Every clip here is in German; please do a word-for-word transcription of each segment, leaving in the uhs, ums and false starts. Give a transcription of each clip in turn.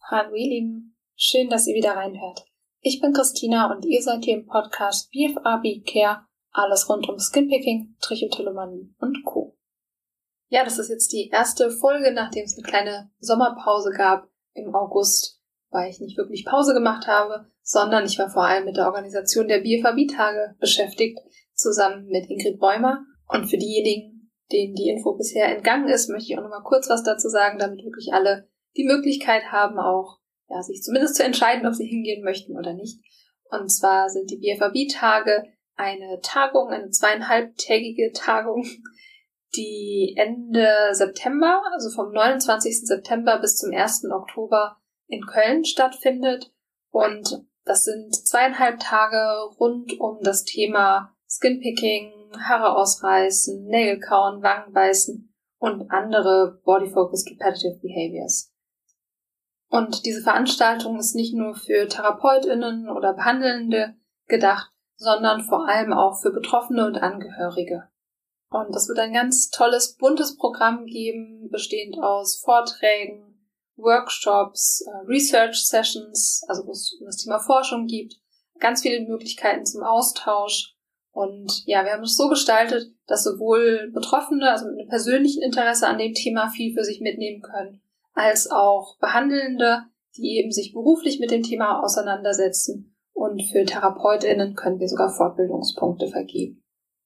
Hallo ihr Lieben, schön, dass ihr wieder reinhört. Ich bin Christina und ihr seid hier im Podcast B F A B Care, alles rund um Skinpicking, Trichotillomanie und Co. Ja, das ist jetzt die erste Folge, nachdem es eine kleine Sommerpause gab im August, weil ich nicht wirklich Pause gemacht habe, sondern ich war vor allem mit der Organisation der B F A B-Tage beschäftigt, zusammen mit Ingrid Bäumer. Und für diejenigen, denen die Info bisher entgangen ist, möchte ich auch noch mal kurz was dazu sagen, damit wirklich alle die Möglichkeit haben, auch ja, sich zumindest zu entscheiden, ob sie hingehen möchten oder nicht. Und zwar sind die B F A B-Tage eine Tagung, eine zweieinhalbtägige Tagung, die Ende September, also vom neunundzwanzigsten September bis zum ersten Oktober in Köln stattfindet. Und das sind zweieinhalb Tage rund um das Thema Skinpicking, Haare ausreißen, Nägel kauen, Wangen beißen und andere Body-Focused Repetitive Behaviors. Und diese Veranstaltung ist nicht nur für TherapeutInnen oder Behandelnde gedacht, sondern vor allem auch für Betroffene und Angehörige. Und das wird ein ganz tolles, buntes Programm geben, bestehend aus Vorträgen, Workshops, Research Sessions, also wo es um das Thema Forschung gibt, ganz viele Möglichkeiten zum Austausch. Und ja, wir haben es so gestaltet, dass sowohl Betroffene, also mit einem persönlichen Interesse an dem Thema viel für sich mitnehmen können, als auch Behandelnde, die eben sich beruflich mit dem Thema auseinandersetzen. Und für TherapeutInnen können wir sogar Fortbildungspunkte vergeben.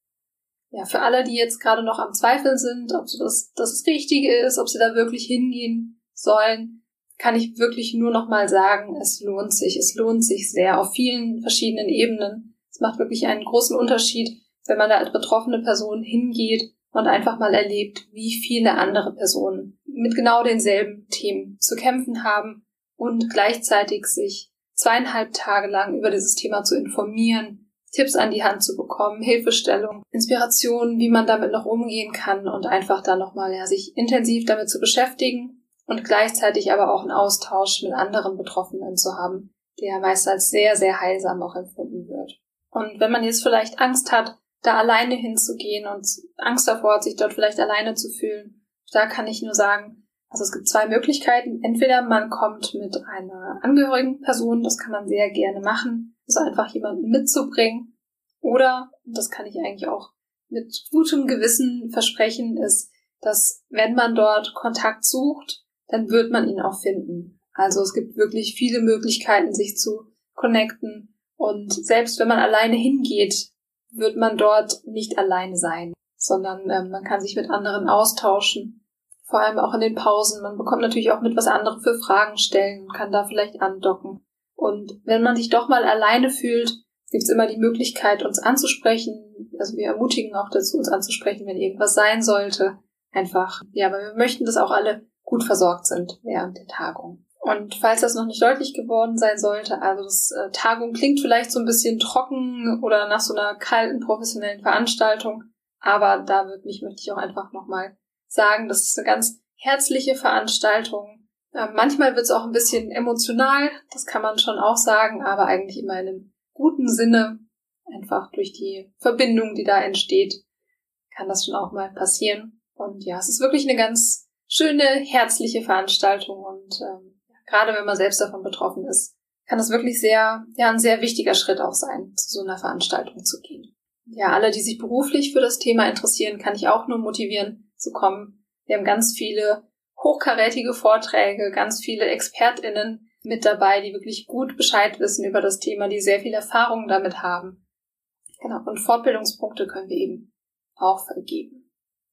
Ja, für alle, die jetzt gerade noch am Zweifeln sind, ob das das Richtige ist, ob sie da wirklich hingehen sollen, kann ich wirklich nur noch mal sagen, es lohnt sich. Es lohnt sich sehr auf vielen verschiedenen Ebenen. Es macht wirklich einen großen Unterschied, wenn man da als betroffene Person hingeht und einfach mal erlebt, wie viele andere Personen mit genau denselben Themen zu kämpfen haben und gleichzeitig sich zweieinhalb Tage lang über dieses Thema zu informieren, Tipps an die Hand zu bekommen, Hilfestellung, Inspiration, wie man damit noch umgehen kann und einfach dann nochmal ja, sich intensiv damit zu beschäftigen und gleichzeitig aber auch einen Austausch mit anderen Betroffenen zu haben, der meist als sehr, sehr heilsam auch empfunden wird. Und wenn man jetzt vielleicht Angst hat, da alleine hinzugehen und Angst davor hat, sich dort vielleicht alleine zu fühlen, da kann ich nur sagen, also es gibt zwei Möglichkeiten. Entweder man kommt mit einer angehörigen Person, das kann man sehr gerne machen, also einfach jemanden mitzubringen. Oder, und das kann ich eigentlich auch mit gutem Gewissen versprechen, ist, dass wenn man dort Kontakt sucht, dann wird man ihn auch finden. Also es gibt wirklich viele Möglichkeiten, sich zu connecten. Und selbst wenn man alleine hingeht, wird man dort nicht alleine sein, sondern ähm, man kann sich mit anderen austauschen, vor allem auch in den Pausen. Man bekommt natürlich auch mit, was andere für Fragen stellen und kann da vielleicht andocken. Und wenn man sich doch mal alleine fühlt, gibt es immer die Möglichkeit, uns anzusprechen. Also wir ermutigen auch dazu, uns anzusprechen, wenn irgendwas sein sollte. Einfach, ja, weil wir möchten, dass auch alle gut versorgt sind während der Tagung. Und falls das noch nicht deutlich geworden sein sollte, also das äh, Tagung klingt vielleicht so ein bisschen trocken oder nach so einer kalten, professionellen Veranstaltung, aber da wirklich möchte ich auch einfach nochmal sagen, das ist eine ganz herzliche Veranstaltung. Äh, manchmal wird es auch ein bisschen emotional, das kann man schon auch sagen, aber eigentlich immer in einem guten Sinne, einfach durch die Verbindung, die da entsteht, kann das schon auch mal passieren. Und ja, es ist wirklich eine ganz schöne, herzliche Veranstaltung und ähm, gerade wenn man selbst davon betroffen ist, kann das wirklich sehr, ja, ein sehr wichtiger Schritt auch sein, zu so einer Veranstaltung zu gehen. Ja, alle, die sich beruflich für das Thema interessieren, kann ich auch nur motivieren zu kommen. Wir haben ganz viele hochkarätige Vorträge, ganz viele ExpertInnen mit dabei, die wirklich gut Bescheid wissen über das Thema, die sehr viel Erfahrung damit haben. Genau, und Fortbildungspunkte können wir eben auch vergeben.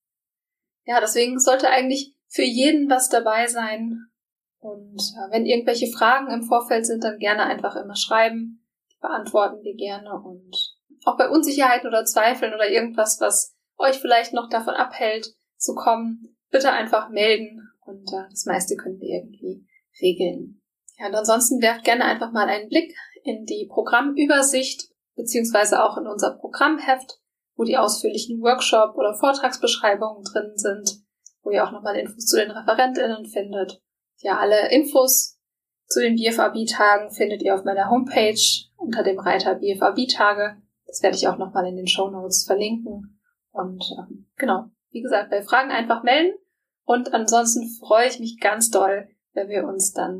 Ja, deswegen sollte eigentlich für jeden was dabei sein. Und äh, wenn irgendwelche Fragen im Vorfeld sind, dann gerne einfach immer schreiben. Die beantworten wir gerne. Und auch bei Unsicherheiten oder Zweifeln oder irgendwas, was euch vielleicht noch davon abhält zu kommen, bitte einfach melden. Und äh, das meiste können wir irgendwie regeln. Ja, und ansonsten werft gerne einfach mal einen Blick in die Programmübersicht, beziehungsweise auch in unser Programmheft, wo die ausführlichen Workshop- oder Vortragsbeschreibungen drin sind, wo ihr auch nochmal Infos zu den ReferentInnen findet. Ja, alle Infos zu den B F A B-Tagen findet ihr auf meiner Homepage unter dem Reiter B F A B-Tage. Das werde ich auch nochmal in den Shownotes verlinken. Und ähm, genau, wie gesagt, bei Fragen einfach melden. Und ansonsten freue ich mich ganz doll, wenn wir uns dann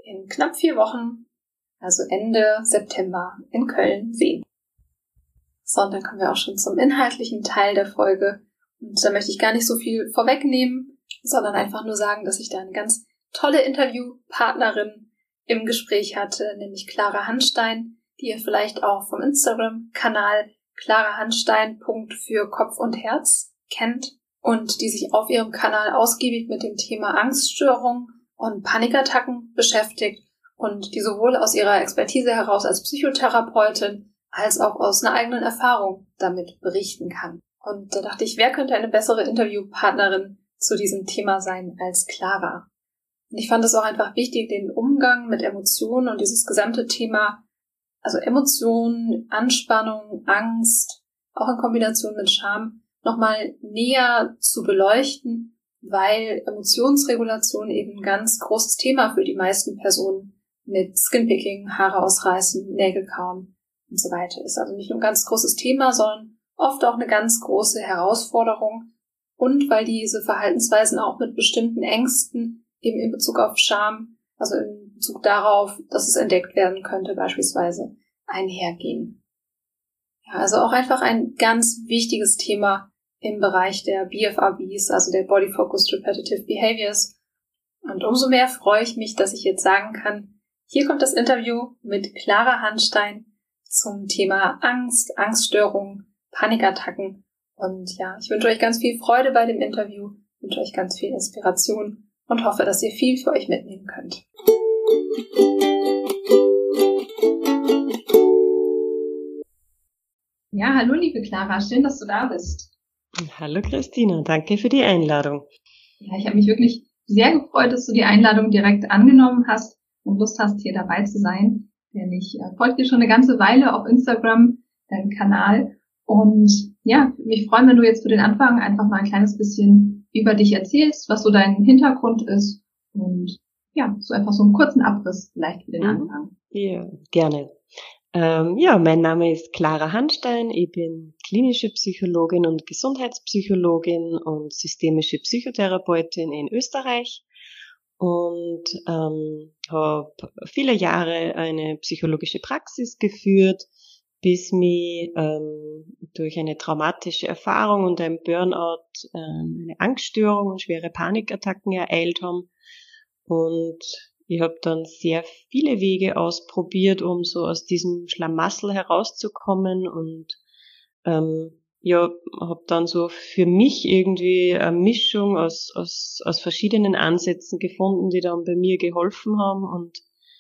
in knapp vier Wochen, also Ende September, in Köln sehen. So, und dann kommen wir auch schon zum inhaltlichen Teil der Folge. Und da möchte ich gar nicht so viel vorwegnehmen, sondern einfach nur sagen, dass ich da eine ganz tolle Interviewpartnerin im Gespräch hatte, nämlich Clara Hanstein, die ihr vielleicht auch vom Instagram-Kanal Clara Hanstein Punkt für Kopf und Herz kennt und die sich auf ihrem Kanal ausgiebig mit dem Thema Angststörung und Panikattacken beschäftigt und die sowohl aus ihrer Expertise heraus als Psychotherapeutin als auch aus einer eigenen Erfahrung damit berichten kann. Und da dachte ich, wer könnte eine bessere Interviewpartnerin zu diesem Thema sein als Clara? Und ich fand es auch einfach wichtig, den Umgang mit Emotionen und dieses gesamte Thema, also Emotionen, Anspannung, Angst, auch in Kombination mit Scham, nochmal näher zu beleuchten, weil Emotionsregulation eben ein ganz großes Thema für die meisten Personen mit Skinpicking, Haare ausreißen, Nägel kauen und so weiter ist. Also nicht nur ein ganz großes Thema, sondern oft auch eine ganz große Herausforderung. Und weil diese Verhaltensweisen auch mit bestimmten Ängsten eben in Bezug auf Scham, also in Bezug darauf, dass es entdeckt werden könnte, beispielsweise einhergehen. Ja, also auch einfach ein ganz wichtiges Thema im Bereich der B F R Bs, also der Body Focused Repetitive Behaviors. Und umso mehr freue ich mich, dass ich jetzt sagen kann, hier kommt das Interview mit Clara Hanstein zum Thema Angst, Angststörungen, Panikattacken. Und ja, ich wünsche euch ganz viel Freude bei dem Interview, wünsche euch ganz viel Inspiration und hoffe, dass ihr viel für euch mitnehmen könnt. Ja, hallo liebe Clara, schön, dass du da bist. Hallo Christina, danke für die Einladung. Ja, ich habe mich wirklich sehr gefreut, dass du die Einladung direkt angenommen hast und Lust hast, hier dabei zu sein. Denn ich äh, folge dir schon eine ganze Weile auf Instagram, deinem Kanal. Und ja, mich freuen, wenn du jetzt für den Anfang einfach mal ein kleines bisschen über dich erzählst, was so dein Hintergrund ist. Und ja, so einfach so einen kurzen Abriss vielleicht für den Anfang. Ja, gerne. Ähm, ja, mein Name ist Clara Hanstein. Ich bin klinische Psychologin und Gesundheitspsychologin und systemische Psychotherapeutin in Österreich und ähm, habe viele Jahre eine psychologische Praxis geführt, bis mich ähm, durch eine traumatische Erfahrung und ein Burnout äh, eine Angststörung und schwere Panikattacken ereilt haben. Und ich habe dann sehr viele Wege ausprobiert, um so aus diesem Schlamassel herauszukommen und ähm, ja, habe dann so für mich irgendwie eine Mischung aus, aus, aus verschiedenen Ansätzen gefunden, die dann bei mir geholfen haben, und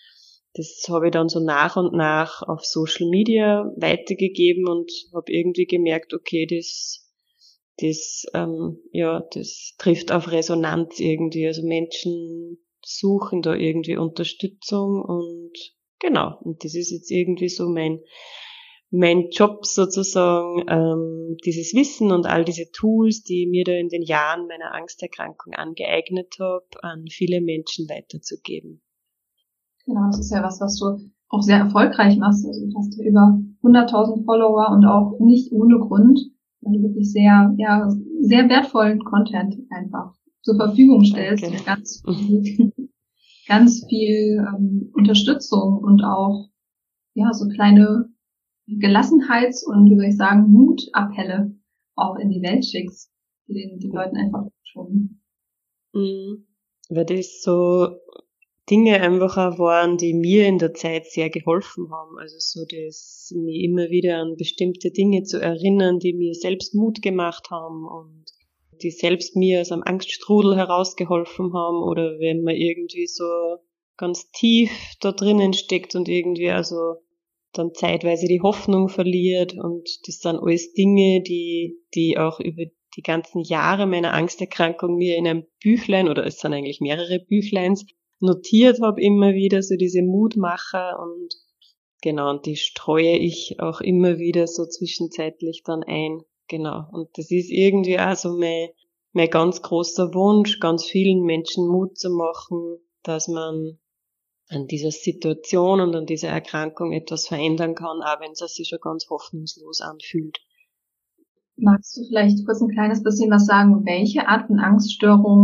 das habe ich dann so nach und nach auf Social Media weitergegeben und habe irgendwie gemerkt, okay, das, das, ähm, ja, das trifft auf Resonanz irgendwie. Also Menschen suchen da irgendwie Unterstützung und genau. Und das ist jetzt irgendwie so mein mein Job sozusagen, ähm, dieses Wissen und all diese Tools, die ich mir da in den Jahren meiner Angsterkrankung angeeignet habe, an viele Menschen weiterzugeben. Genau, das ist ja was, was du auch sehr erfolgreich machst. Also du hast ja über hunderttausend Follower und auch nicht ohne Grund, weil du wirklich sehr, ja, sehr wertvollen Content einfach zur Verfügung stellst. Danke. Ganz viel, ganz viel ähm, Unterstützung und auch, ja, so kleine Gelassenheits- und, wie soll ich sagen, Mutappelle auch in die Welt schickst, die den, den Leuten einfach tun. Mhm. Weil das so Dinge einfach auch waren, die mir in der Zeit sehr geholfen haben. Also so das, mich immer wieder an bestimmte Dinge zu erinnern, die mir selbst Mut gemacht haben und die selbst mir aus einem Angststrudel herausgeholfen haben, oder wenn man irgendwie so ganz tief da drinnen steckt und irgendwie also dann zeitweise die Hoffnung verliert, und das sind alles Dinge, die, die auch über die ganzen Jahre meiner Angsterkrankung mir in einem Büchlein, oder es sind eigentlich mehrere Büchleins, notiert habe immer wieder, so diese Mutmacher, und genau, und die streue ich auch immer wieder so zwischenzeitlich dann ein, genau, und das ist irgendwie auch so mein, mein ganz großer Wunsch, ganz vielen Menschen Mut zu machen, dass man an dieser Situation und an dieser Erkrankung etwas verändern kann, auch wenn es sich schon ganz hoffnungslos anfühlt. Magst du vielleicht kurz ein kleines bisschen was sagen, welche Art von Angststörung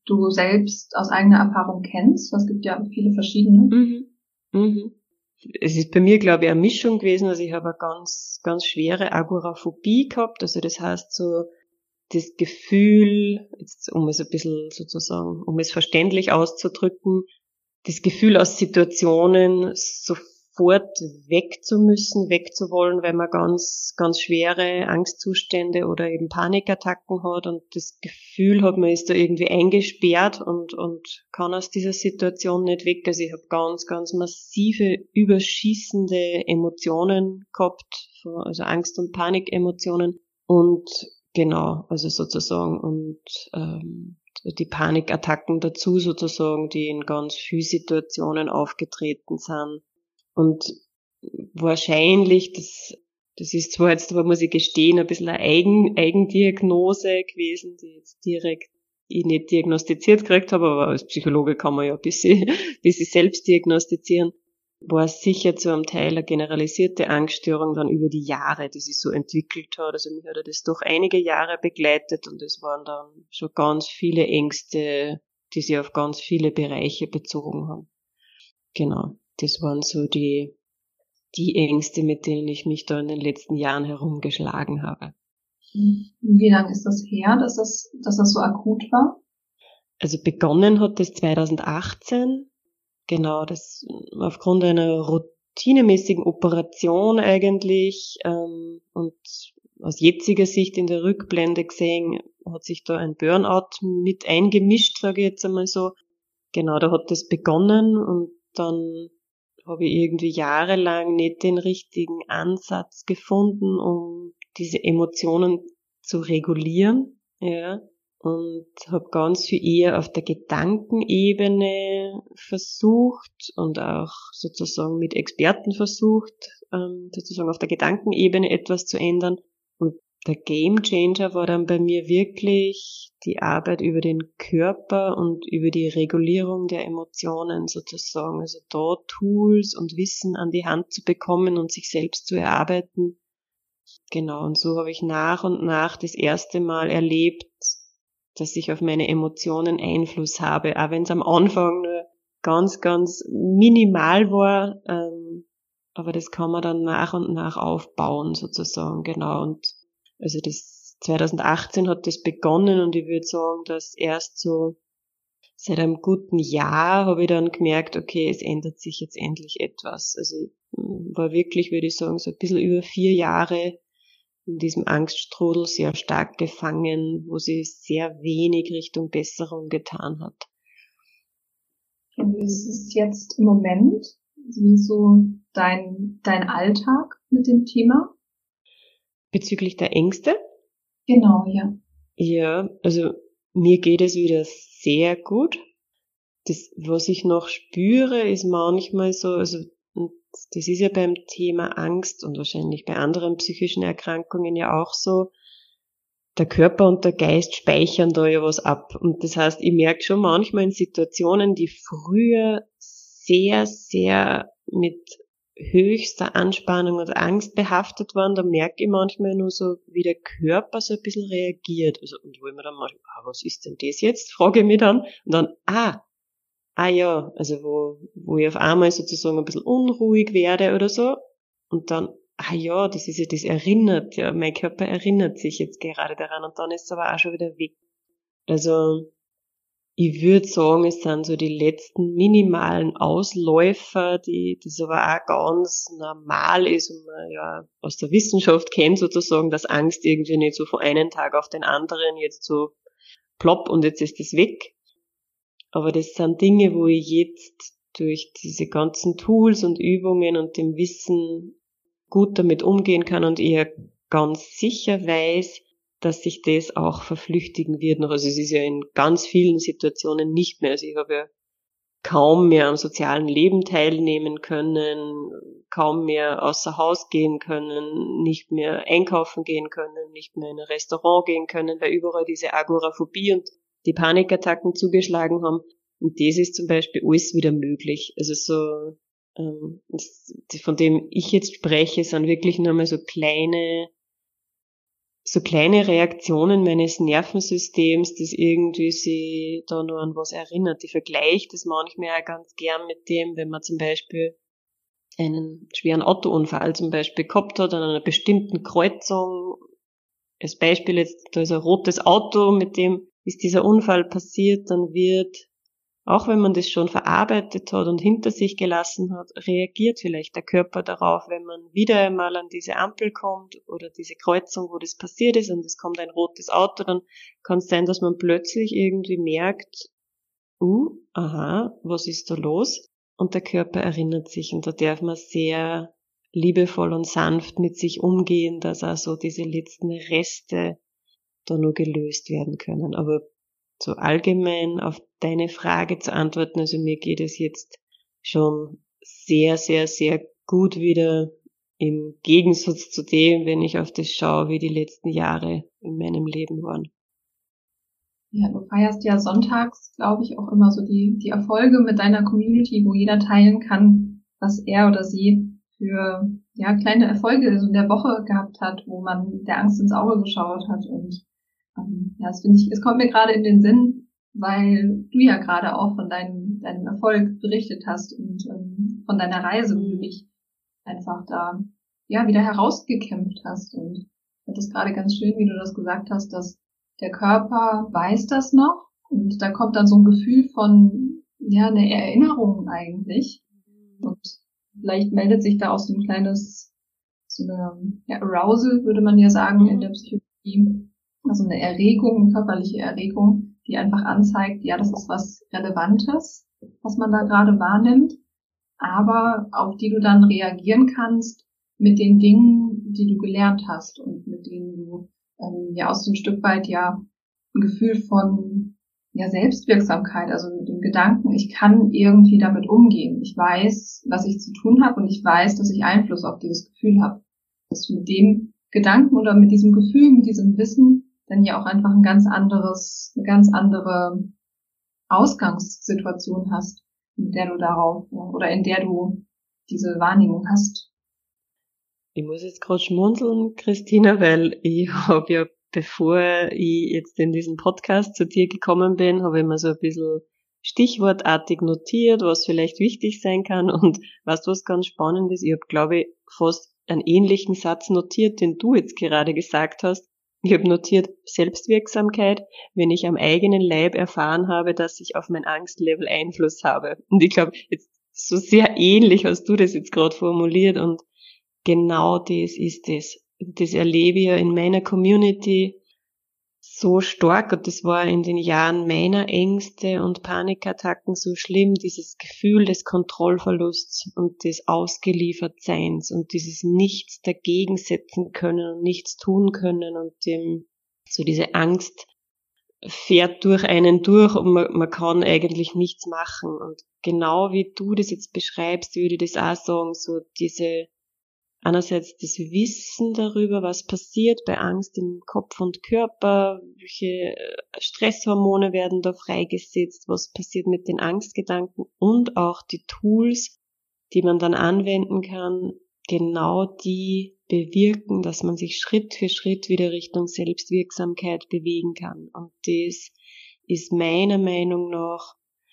du selbst aus eigener Erfahrung kennst? Es gibt ja viele verschiedene. Mhm. Mhm. Es ist bei mir, glaube ich, eine Mischung gewesen. Also ich habe eine ganz, ganz schwere Agoraphobie gehabt. Also das heißt so das Gefühl, jetzt um es ein bisschen sozusagen, um es verständlich auszudrücken, das Gefühl aus Situationen sofort weg zu müssen, wegzuwollen, weil man ganz, ganz schwere Angstzustände oder eben Panikattacken hat und das Gefühl hat, man ist da irgendwie eingesperrt und, und kann aus dieser Situation nicht weg. Also ich habe ganz, ganz massive, überschießende Emotionen gehabt, also Angst- und Panikemotionen und genau, also sozusagen und ähm, die Panikattacken dazu sozusagen, die in ganz vielen Situationen aufgetreten sind. Und wahrscheinlich, das, das ist zwar jetzt, aber muss ich gestehen, ein bisschen eine Eigen, Eigendiagnose gewesen, die jetzt direkt ich nicht diagnostiziert gekriegt habe, aber als Psychologe kann man ja ein bisschen, ein bisschen selbst diagnostizieren. War sicher zu einem Teil eine generalisierte Angststörung dann über die Jahre, die sich so entwickelt hat. Also mich hat das doch einige Jahre begleitet und es waren dann schon ganz viele Ängste, die sich auf ganz viele Bereiche bezogen haben. Genau, das waren so die, die Ängste, mit denen ich mich da in den letzten Jahren herumgeschlagen habe. Wie lange ist das her, dass das, dass das so akut war? Also begonnen hat das zwanzig achtzehn. Genau, das aufgrund einer routinemäßigen Operation eigentlich ähm, und aus jetziger Sicht in der Rückblende gesehen, hat sich da ein Burnout mit eingemischt, sage ich jetzt einmal so. Genau, da hat das begonnen und dann habe ich irgendwie jahrelang nicht den richtigen Ansatz gefunden, um diese Emotionen zu regulieren, ja. Und habe ganz viel eher auf der Gedankenebene versucht und auch sozusagen mit Experten versucht, ähm, sozusagen auf der Gedankenebene etwas zu ändern. Und der Gamechanger war dann bei mir wirklich die Arbeit über den Körper und über die Regulierung der Emotionen sozusagen. Also da Tools und Wissen an die Hand zu bekommen und sich selbst zu erarbeiten. Genau, und so habe ich nach und nach das erste Mal erlebt, dass ich auf meine Emotionen Einfluss habe, auch wenn es am Anfang nur ganz, ganz minimal war, ähm, aber das kann man dann nach und nach aufbauen sozusagen, genau. Und also das zwanzig achtzehn hat das begonnen und ich würde sagen, dass erst so seit einem guten Jahr habe ich dann gemerkt, okay, es ändert sich jetzt endlich etwas. Also ich war wirklich, würde ich sagen, so ein bisschen über vier Jahre in diesem Angststrudel sehr stark gefangen, wo sie sehr wenig Richtung Besserung getan hat. Und wie ist es jetzt im Moment? Wie ist so dein, dein Alltag mit dem Thema? Bezüglich der Ängste? Genau, ja. Ja, also mir geht es wieder sehr gut. Das, was ich noch spüre, ist manchmal so, also das ist ja beim Thema Angst und wahrscheinlich bei anderen psychischen Erkrankungen ja auch so, der Körper und der Geist speichern da ja was ab. Und das heißt, ich merke schon manchmal in Situationen, die früher sehr, sehr mit höchster Anspannung und Angst behaftet waren, da merke ich manchmal nur so, wie der Körper so ein bisschen reagiert. Also, und wo ich mir dann manchmal, ah, was ist denn das jetzt? Frage ich mich dann. Und dann, ah, ah ja, also wo, wo ich auf einmal sozusagen ein bisschen unruhig werde oder so. Und dann, ah ja, das ist ja, das erinnert, ja, mein Körper erinnert sich jetzt gerade daran und dann ist es aber auch schon wieder weg. Also, ich würde sagen, es sind so die letzten minimalen Ausläufer, die, das aber auch ganz normal ist und man ja aus der Wissenschaft kennt sozusagen, dass Angst irgendwie nicht so von einem Tag auf den anderen jetzt so plopp und jetzt ist es weg. Aber das sind Dinge, wo ich jetzt durch diese ganzen Tools und Übungen und dem Wissen gut damit umgehen kann und eher ganz sicher weiß, dass sich das auch verflüchtigen wird noch. Also es ist ja in ganz vielen Situationen nicht mehr. Also ich habe ja kaum mehr am sozialen Leben teilnehmen können, kaum mehr außer Haus gehen können, nicht mehr einkaufen gehen können, nicht mehr in ein Restaurant gehen können, weil überall diese Agoraphobie und die Panikattacken zugeschlagen haben. Und das ist zum Beispiel alles wieder möglich. Also so, ähm, das, von dem ich jetzt spreche, sind wirklich nur mal so kleine so kleine Reaktionen meines Nervensystems, das irgendwie sie da nur an was erinnert. Ich vergleiche das manchmal auch ganz gern mit dem, wenn man zum Beispiel einen schweren Autounfall zum Beispiel gehabt hat an einer bestimmten Kreuzung. Als Beispiel jetzt, da ist ein rotes Auto, mit dem ist dieser Unfall passiert, dann wird, auch wenn man das schon verarbeitet hat und hinter sich gelassen hat, reagiert vielleicht der Körper darauf, wenn man wieder einmal an diese Ampel kommt oder diese Kreuzung, wo das passiert ist und es kommt ein rotes Auto, dann kann es sein, dass man plötzlich irgendwie merkt, uh, aha, was ist da los? Und der Körper erinnert sich und da darf man sehr liebevoll und sanft mit sich umgehen, dass auch so diese letzten Reste da nur gelöst werden können. Aber so allgemein auf deine Frage zu antworten, also mir geht es jetzt schon sehr, sehr, sehr gut wieder im Gegensatz zu dem, wenn ich auf das schaue, wie die letzten Jahre in meinem Leben waren. Ja, du feierst ja sonntags, glaube ich, auch immer so die, die Erfolge mit deiner Community, wo jeder teilen kann, was er oder sie für, ja, kleine Erfolge so in der Woche gehabt hat, wo man der Angst ins Auge geschaut hat. Und ähm, ja, das finde ich, es kommt mir gerade in den Sinn, weil du ja gerade auch von deinem, deinem Erfolg berichtet hast und ähm, von deiner Reise, wie du dich einfach da, ja, wieder herausgekämpft hast. Und ich fand das gerade ganz schön, wie du das gesagt hast, dass der Körper weiß das noch und da kommt dann so ein Gefühl von, ja, eine Erinnerung eigentlich. Und vielleicht meldet sich da auch so ein kleines, so eine, ja, Arousal, würde man ja sagen, in der Psychologie. Also eine Erregung, eine körperliche Erregung, die einfach anzeigt, ja, das ist was Relevantes, was man da gerade wahrnimmt, aber auf die du dann reagieren kannst mit den Dingen, die du gelernt hast und mit denen du ähm, ja auch so ein Stück weit ja ein Gefühl von ja Selbstwirksamkeit, also mit dem Gedanken, ich kann irgendwie damit umgehen. Ich weiß, was ich zu tun habe und ich weiß, dass ich Einfluss auf dieses Gefühl habe. Dass du mit dem Gedanken oder mit diesem Gefühl, mit diesem Wissen dann ja auch einfach ein ganz anderes, eine ganz andere Ausgangssituation hast, mit der du darauf oder in der du diese Wahrnehmung hast. Ich muss jetzt gerade schmunzeln, Christina, weil ich habe ja, bevor ich jetzt in diesen Podcast zu dir gekommen bin, habe ich mir so ein bisschen stichwortartig notiert, was vielleicht wichtig sein kann. Und weißt du, was ganz spannend ist? Ich habe, glaube ich, fast einen ähnlichen Satz notiert, den du jetzt gerade gesagt hast. Ich habe notiert Selbstwirksamkeit, wenn ich am eigenen Leib erfahren habe, dass ich auf mein Angstlevel Einfluss habe. Und ich glaube, jetzt so sehr ähnlich hast du das jetzt gerade formuliert und genau das ist es. Das erlebe ich ja in meiner Community so stark und das war in den Jahren meiner Ängste und Panikattacken so schlimm, dieses Gefühl des Kontrollverlusts und des Ausgeliefertseins und dieses Nichts dagegen setzen können und nichts tun können und dem, so diese Angst fährt durch einen durch und man, man kann eigentlich nichts machen und genau wie du das jetzt beschreibst, würde ich das auch sagen, so diese einerseits das Wissen darüber, was passiert bei Angst im Kopf und Körper, welche Stresshormone werden da freigesetzt, was passiert mit den Angstgedanken und auch die Tools, die man dann anwenden kann, genau die bewirken, dass man sich Schritt für Schritt wieder Richtung Selbstwirksamkeit bewegen kann. Und das ist meiner Meinung nach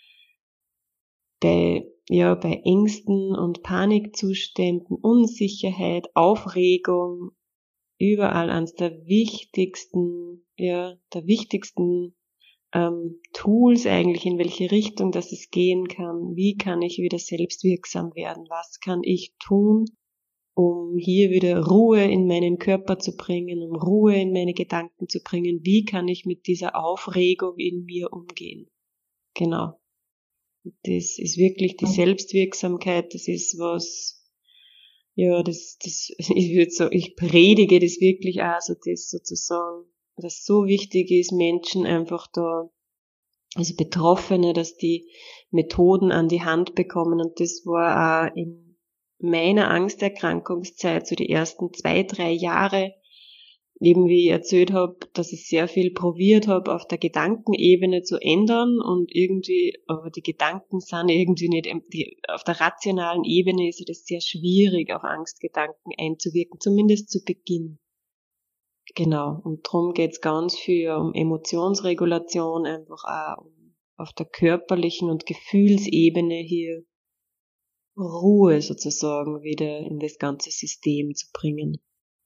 bei ja, bei Ängsten und Panikzuständen, Unsicherheit, Aufregung, überall eines der wichtigsten, ja, der wichtigsten ähm, Tools eigentlich, in welche Richtung das es gehen kann. Wie kann ich wieder selbstwirksam werden? Was kann ich tun, um hier wieder Ruhe in meinen Körper zu bringen, um Ruhe in meine Gedanken zu bringen? Wie kann ich mit dieser Aufregung in mir umgehen? Genau. Das ist wirklich die Selbstwirksamkeit, das ist was, ja, das, das, ich würde so, ich predige das wirklich auch, so das sozusagen, dass so wichtig ist, Menschen einfach da, also Betroffene, dass die Methoden an die Hand bekommen und das war auch in meiner Angsterkrankungszeit, so die ersten zwei, drei Jahre, eben wie ich erzählt habe, dass ich sehr viel probiert habe, auf der Gedankenebene zu ändern und irgendwie, aber die Gedanken sind irgendwie nicht, die, auf der rationalen Ebene ist es sehr schwierig, auf Angstgedanken einzuwirken, zumindest zu Beginn. Genau, und darum geht's ganz viel um Emotionsregulation, einfach auch um auf der körperlichen und Gefühlsebene hier Ruhe sozusagen wieder in das ganze System zu bringen.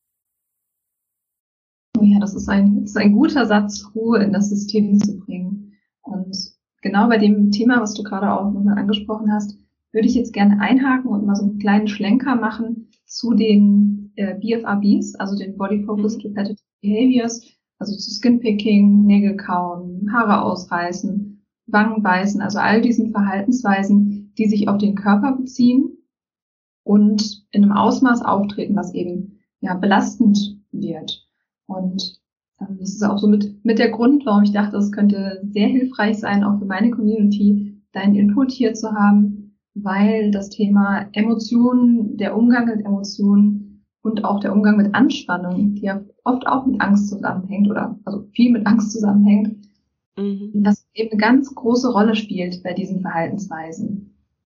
Oh ja, das ist ein, das ist ein guter Satz, Ruhe in das System zu bringen. Und genau bei dem Thema, was du gerade auch nochmal angesprochen hast, würde ich jetzt gerne einhaken und mal so einen kleinen Schlenker machen zu den äh, B F R Bs, also den Body Focused Mhm. Repetitive Behaviors, also zu Skinpicking, Nägel kauen, Haare ausreißen, Wangen beißen, also all diesen Verhaltensweisen, die sich auf den Körper beziehen und in einem Ausmaß auftreten, was eben ja belastend wird. Und ähm, das ist auch so mit, mit der Grund, warum ich dachte, es könnte sehr hilfreich sein, auch für meine Community, deinen Input hier zu haben, weil das Thema Emotionen, der Umgang mit Emotionen und auch der Umgang mit Anspannung, die ja oft auch mit Angst zusammenhängt oder also viel mit Angst zusammenhängt, Mhm. das eben eine ganz große Rolle spielt bei diesen Verhaltensweisen.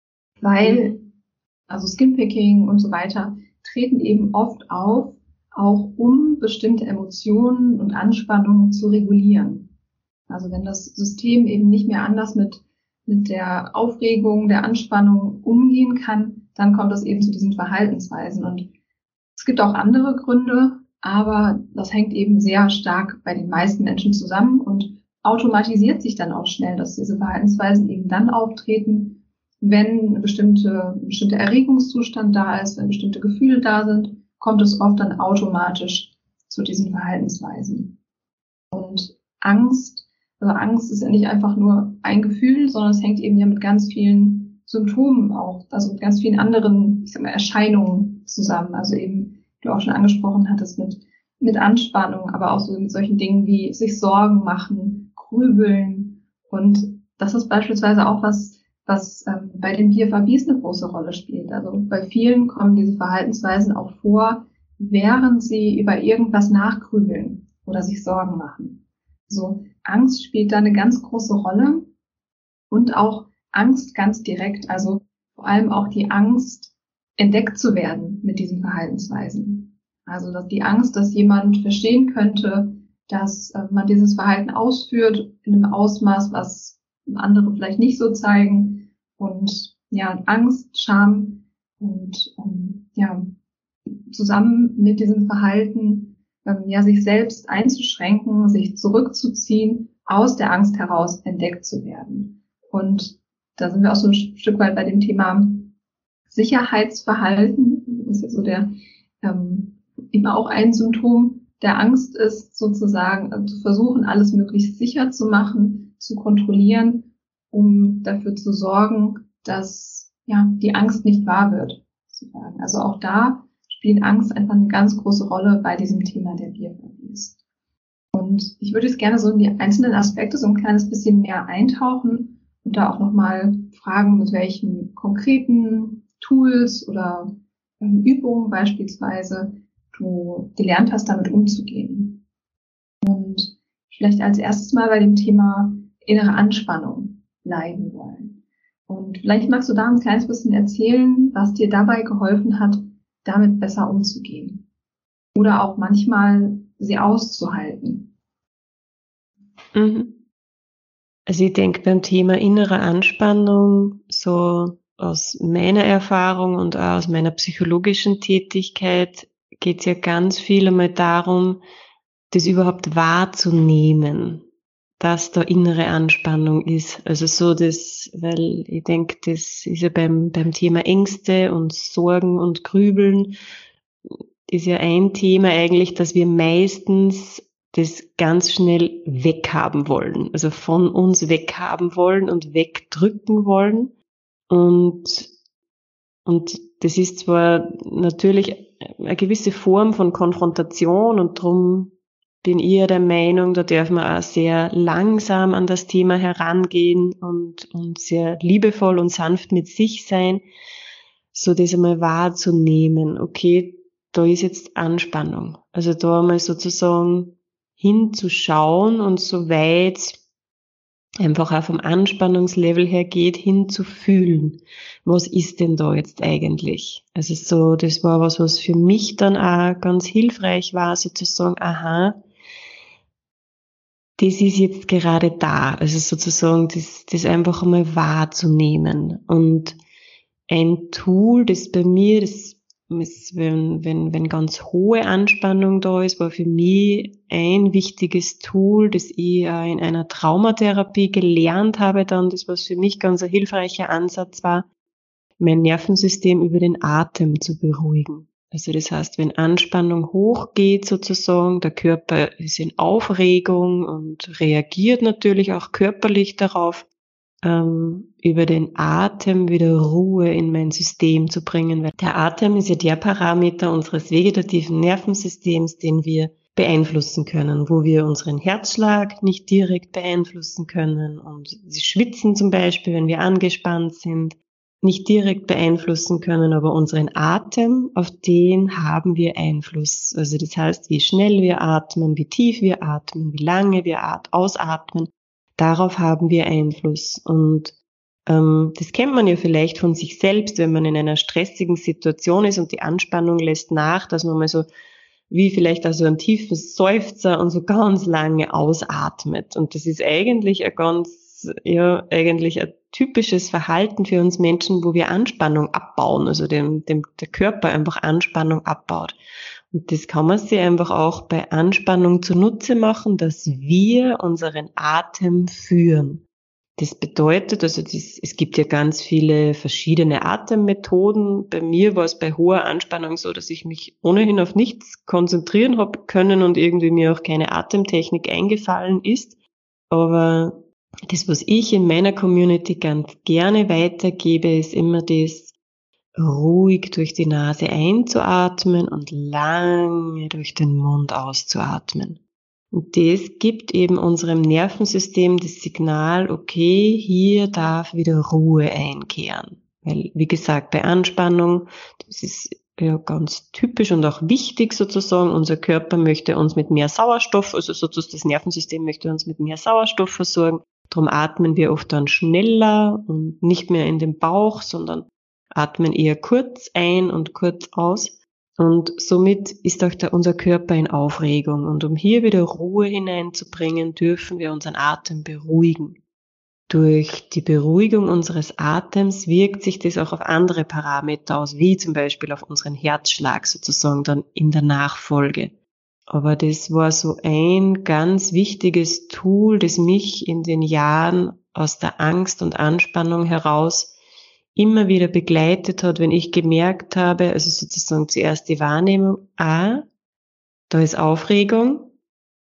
Weil Mhm. also Skinpicking und so weiter, treten eben oft auf, auch um bestimmte Emotionen und Anspannungen zu regulieren. Also wenn das System eben nicht mehr anders mit, mit der Aufregung, der Anspannung umgehen kann, dann kommt es eben zu diesen Verhaltensweisen. Und es gibt auch andere Gründe, aber das hängt eben sehr stark bei den meisten Menschen zusammen und automatisiert sich dann auch schnell, dass diese Verhaltensweisen eben dann auftreten, wenn eine bestimmte, ein bestimmter Erregungszustand da ist, wenn bestimmte Gefühle da sind, kommt es oft dann automatisch zu diesen Verhaltensweisen. Und Angst, also Angst ist ja nicht einfach nur ein Gefühl, sondern es hängt eben ja mit ganz vielen Symptomen auch, also mit ganz vielen anderen, ich sag mal, Erscheinungen zusammen. Also eben, du auch schon angesprochen hattest, mit, mit Anspannung, aber auch so mit solchen Dingen wie sich Sorgen machen, grübeln. Und das ist beispielsweise auch was, was ähm, bei den B F R Bs eine große Rolle spielt. Also bei vielen kommen diese Verhaltensweisen auch vor, während sie über irgendwas nachgrübeln oder sich Sorgen machen. So, Angst spielt da eine ganz große Rolle und auch Angst ganz direkt, also vor allem auch die Angst, entdeckt zu werden mit diesen Verhaltensweisen. Also dass die Angst, dass jemand verstehen könnte, dass äh, man dieses Verhalten ausführt in einem Ausmaß, was andere vielleicht nicht so zeigen und ja, Angst, Scham und ähm, ja, zusammen mit diesem Verhalten, ähm, ja, sich selbst einzuschränken, sich zurückzuziehen, aus der Angst heraus entdeckt zu werden. Und da sind wir auch so ein Stück weit bei dem Thema Sicherheitsverhalten. Das ist ja so der, ähm, immer auch ein Symptom der Angst ist, sozusagen also zu versuchen, alles möglichst sicher zu machen, zu kontrollieren, um dafür zu sorgen, dass ja die Angst nicht wahr wird. Sozusagen. Also auch da spielt Angst einfach eine ganz große Rolle bei diesem Thema der B F R Bs. Und ich würde jetzt gerne so in die einzelnen Aspekte so ein kleines bisschen mehr eintauchen und da auch nochmal fragen, mit welchen konkreten Tools oder ähm, Übungen beispielsweise du gelernt hast, damit umzugehen. Und vielleicht als erstes mal bei dem Thema innere Anspannung bleiben wollen. Und vielleicht magst du da ein kleines bisschen erzählen, was dir dabei geholfen hat, damit besser umzugehen. Oder auch manchmal sie auszuhalten. Mhm. Also ich denke beim Thema innere Anspannung, so aus meiner Erfahrung und auch aus meiner psychologischen Tätigkeit, geht es ja ganz viel einmal darum, das überhaupt wahrzunehmen, dass da innere Anspannung ist. Also so das, weil ich denke, das ist ja beim, beim Thema Ängste und Sorgen und Grübeln, ist ja ein Thema eigentlich, dass wir meistens das ganz schnell weghaben wollen, also von uns weghaben wollen und wegdrücken wollen. Und, und das ist zwar natürlich eine gewisse Form von Konfrontation und darum bin ich ja der Meinung, da darf man auch sehr langsam an das Thema herangehen und, und sehr liebevoll und sanft mit sich sein, so das einmal wahrzunehmen, okay, da ist jetzt Anspannung. Also da einmal sozusagen hinzuschauen und so weit einfach auch vom Anspannungslevel her geht, hin zu fühlen. Was ist denn da jetzt eigentlich? Also so, das war was, was für mich dann auch ganz hilfreich war, sozusagen, aha, das ist jetzt gerade da. Also sozusagen, das, das einfach einmal wahrzunehmen. Und ein Tool, das bei mir, das ist, wenn, wenn, wenn ganz hohe Anspannung da ist, war für mich ein wichtiges Tool, das ich auch in einer Traumatherapie gelernt habe dann, das was für mich ganz ein hilfreicher Ansatz war, mein Nervensystem über den Atem zu beruhigen. Also das heißt, wenn Anspannung hochgeht sozusagen, der Körper ist in Aufregung und reagiert natürlich auch körperlich darauf, ähm, über den Atem wieder Ruhe in mein System zu bringen. Weil der Atem ist ja der Parameter unseres vegetativen Nervensystems, den wir beeinflussen können, wo wir unseren Herzschlag nicht direkt beeinflussen können und das Schwitzen zum Beispiel, wenn wir angespannt sind, nicht direkt beeinflussen können, aber unseren Atem, auf den haben wir Einfluss. Also das heißt, wie schnell wir atmen, wie tief wir atmen, wie lange wir ausatmen, darauf haben wir Einfluss. Und ähm, das kennt man ja vielleicht von sich selbst, wenn man in einer stressigen Situation ist und die Anspannung lässt nach, dass man mal so wie vielleicht also einen tiefen Seufzer und so ganz lange ausatmet. Und das ist eigentlich ein ganz, ja, eigentlich ein typisches Verhalten für uns Menschen, wo wir Anspannung abbauen, also dem, dem, der Körper einfach Anspannung abbaut. Und das kann man sich einfach auch bei Anspannung zunutze machen, dass wir unseren Atem führen. Das bedeutet, also das, es gibt ja ganz viele verschiedene Atemmethoden. Bei mir war es bei hoher Anspannung so, dass ich mich ohnehin auf nichts konzentrieren habe können und irgendwie mir auch keine Atemtechnik eingefallen ist. Aber das, was ich in meiner Community ganz gerne weitergebe, ist immer das, ruhig durch die Nase einzuatmen und lange durch den Mund auszuatmen. Und das gibt eben unserem Nervensystem das Signal, okay, hier darf wieder Ruhe einkehren. Weil, wie gesagt, bei Anspannung, das ist ja ganz typisch und auch wichtig sozusagen, unser Körper möchte uns mit mehr Sauerstoff, also sozusagen das Nervensystem möchte uns mit mehr Sauerstoff versorgen. Darum atmen wir oft dann schneller und nicht mehr in den Bauch, sondern atmen eher kurz ein und kurz aus. Und somit ist auch der, unser Körper in Aufregung. Und um hier wieder Ruhe hineinzubringen, dürfen wir unseren Atem beruhigen. Durch die Beruhigung unseres Atems wirkt sich das auch auf andere Parameter aus, wie zum Beispiel auf unseren Herzschlag sozusagen dann in der Nachfolge. Aber das war so ein ganz wichtiges Tool, das mich in den Jahren aus der Angst und Anspannung heraus immer wieder begleitet hat, wenn ich gemerkt habe, also sozusagen zuerst die Wahrnehmung, ah, da ist Aufregung,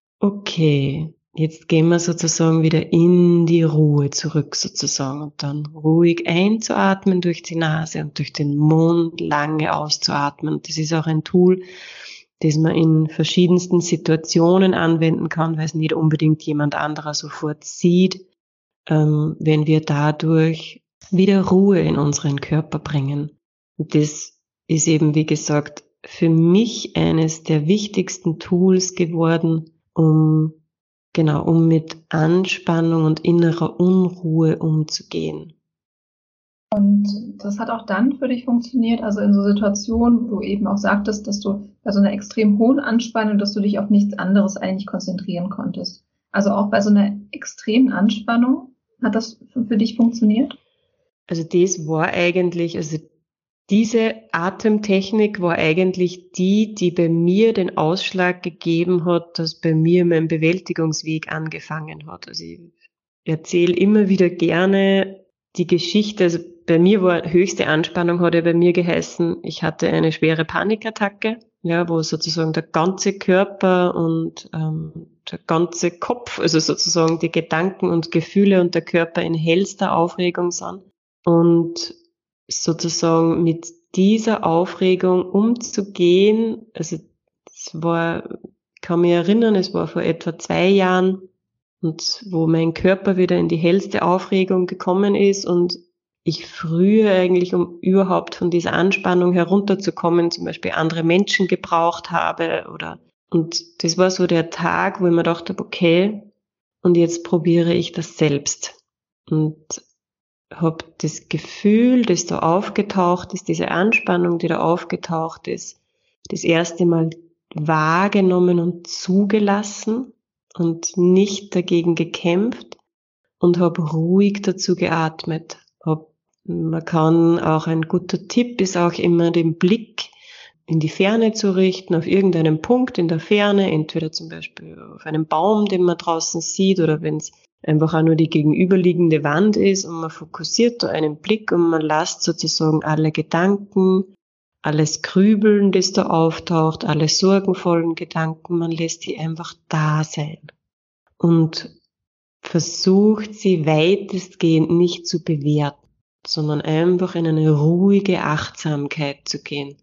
okay, jetzt gehen wir sozusagen wieder in die Ruhe zurück sozusagen und dann ruhig einzuatmen durch die Nase und durch den Mund lange auszuatmen. Das ist auch ein Tool, das man in verschiedensten Situationen anwenden kann, weil es nicht unbedingt jemand anderer sofort sieht, ähm, wenn wir dadurch wieder Ruhe in unseren Körper bringen. Und das ist eben, wie gesagt, für mich eines der wichtigsten Tools geworden, um, genau, um mit Anspannung und innerer Unruhe umzugehen. Und das hat auch dann für dich funktioniert, also in so Situationen, wo du eben auch sagtest, dass du bei so einer extrem hohen Anspannung, dass du dich auf nichts anderes eigentlich konzentrieren konntest. Also auch bei so einer extremen Anspannung, hat das für dich funktioniert? Also das war eigentlich, also diese Atemtechnik war eigentlich die, die bei mir den Ausschlag gegeben hat, dass bei mir mein Bewältigungsweg angefangen hat. Also ich erzähle immer wieder gerne die Geschichte, also bei mir war höchste Anspannung, hat ja bei mir geheißen, ich hatte eine schwere Panikattacke, ja, wo sozusagen der ganze Körper und ähm, der ganze Kopf, also sozusagen die Gedanken und Gefühle und der Körper in hellster Aufregung sind. Und sozusagen mit dieser Aufregung umzugehen, also es war, ich kann mich erinnern, es war vor etwa zwei Jahren, und wo mein Körper wieder in die hellste Aufregung gekommen ist und ich früher eigentlich, um überhaupt von dieser Anspannung herunterzukommen, zum Beispiel andere Menschen gebraucht habe oder, und das war so der Tag, wo ich mir gedacht habe, okay, und jetzt probiere ich das selbst. Und habe das Gefühl, das da aufgetaucht ist, diese Anspannung, die da aufgetaucht ist, das erste Mal wahrgenommen und zugelassen und nicht dagegen gekämpft und habe ruhig dazu geatmet. Hab, man kann auch, ein guter Tipp ist auch immer den Blick in die Ferne zu richten, auf irgendeinen Punkt in der Ferne, entweder zum Beispiel auf einen Baum, den man draußen sieht, oder wenn es einfach auch nur die gegenüberliegende Wand ist und man fokussiert da einen Blick und man lässt sozusagen alle Gedanken, alles Grübeln, das da auftaucht, alle sorgenvollen Gedanken, man lässt die einfach da sein und versucht sie weitestgehend nicht zu bewerten, sondern einfach in eine ruhige Achtsamkeit zu gehen.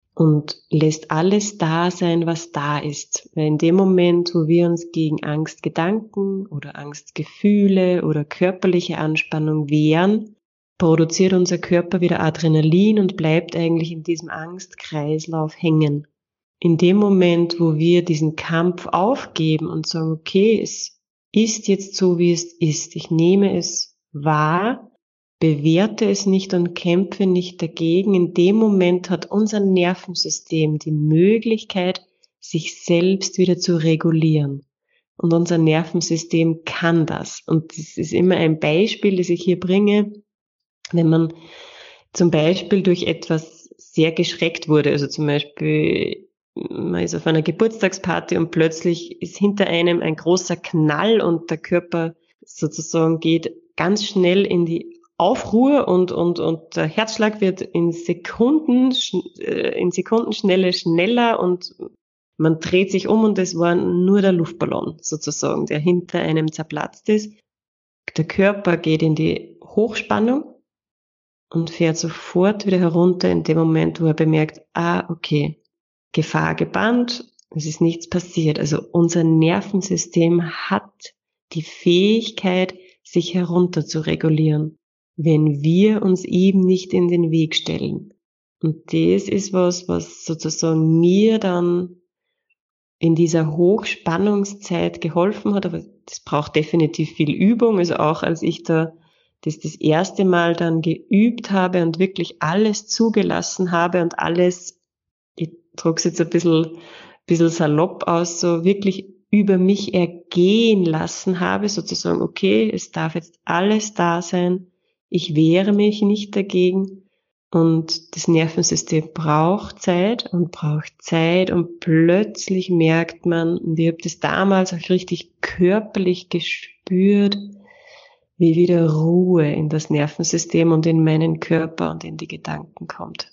Und lässt alles da sein, was da ist. Weil in dem Moment, wo wir uns gegen Angstgedanken oder Angstgefühle oder körperliche Anspannung wehren, produziert unser Körper wieder Adrenalin und bleibt eigentlich in diesem Angstkreislauf hängen. In dem Moment, wo wir diesen Kampf aufgeben und sagen, okay, es ist jetzt so, wie es ist, ich nehme es wahr, bewerte es nicht und kämpfe nicht dagegen. In dem Moment hat unser Nervensystem die Möglichkeit, sich selbst wieder zu regulieren. Und unser Nervensystem kann das. Und das ist immer ein Beispiel, das ich hier bringe, wenn man zum Beispiel durch etwas sehr geschreckt wurde. Also zum Beispiel, man ist auf einer Geburtstagsparty und plötzlich ist hinter einem ein großer Knall und der Körper sozusagen geht ganz schnell in die Aufruhr und, und, und der Herzschlag wird in Sekunden, in Sekundenschnelle schneller und man dreht sich um und es war nur der Luftballon sozusagen, der hinter einem zerplatzt ist. Der Körper geht in die Hochspannung und fährt sofort wieder herunter in dem Moment, wo er bemerkt, ah, okay, Gefahr gebannt, es ist nichts passiert. Also unser Nervensystem hat die Fähigkeit, sich herunter zu regulieren, wenn wir uns ihm nicht in den Weg stellen. Und das ist was, was sozusagen mir dann in dieser Hochspannungszeit geholfen hat, aber das braucht definitiv viel Übung. Also auch als ich da das das erste Mal dann geübt habe und wirklich alles zugelassen habe und alles, ich drücke es jetzt ein bisschen, bisschen salopp aus, so wirklich über mich ergehen lassen habe, sozusagen, okay, es darf jetzt alles da sein, ich wehre mich nicht dagegen und das Nervensystem braucht Zeit und braucht Zeit und plötzlich merkt man, und ich habe das damals auch richtig körperlich gespürt, wie wieder Ruhe in das Nervensystem und in meinen Körper und in die Gedanken kommt.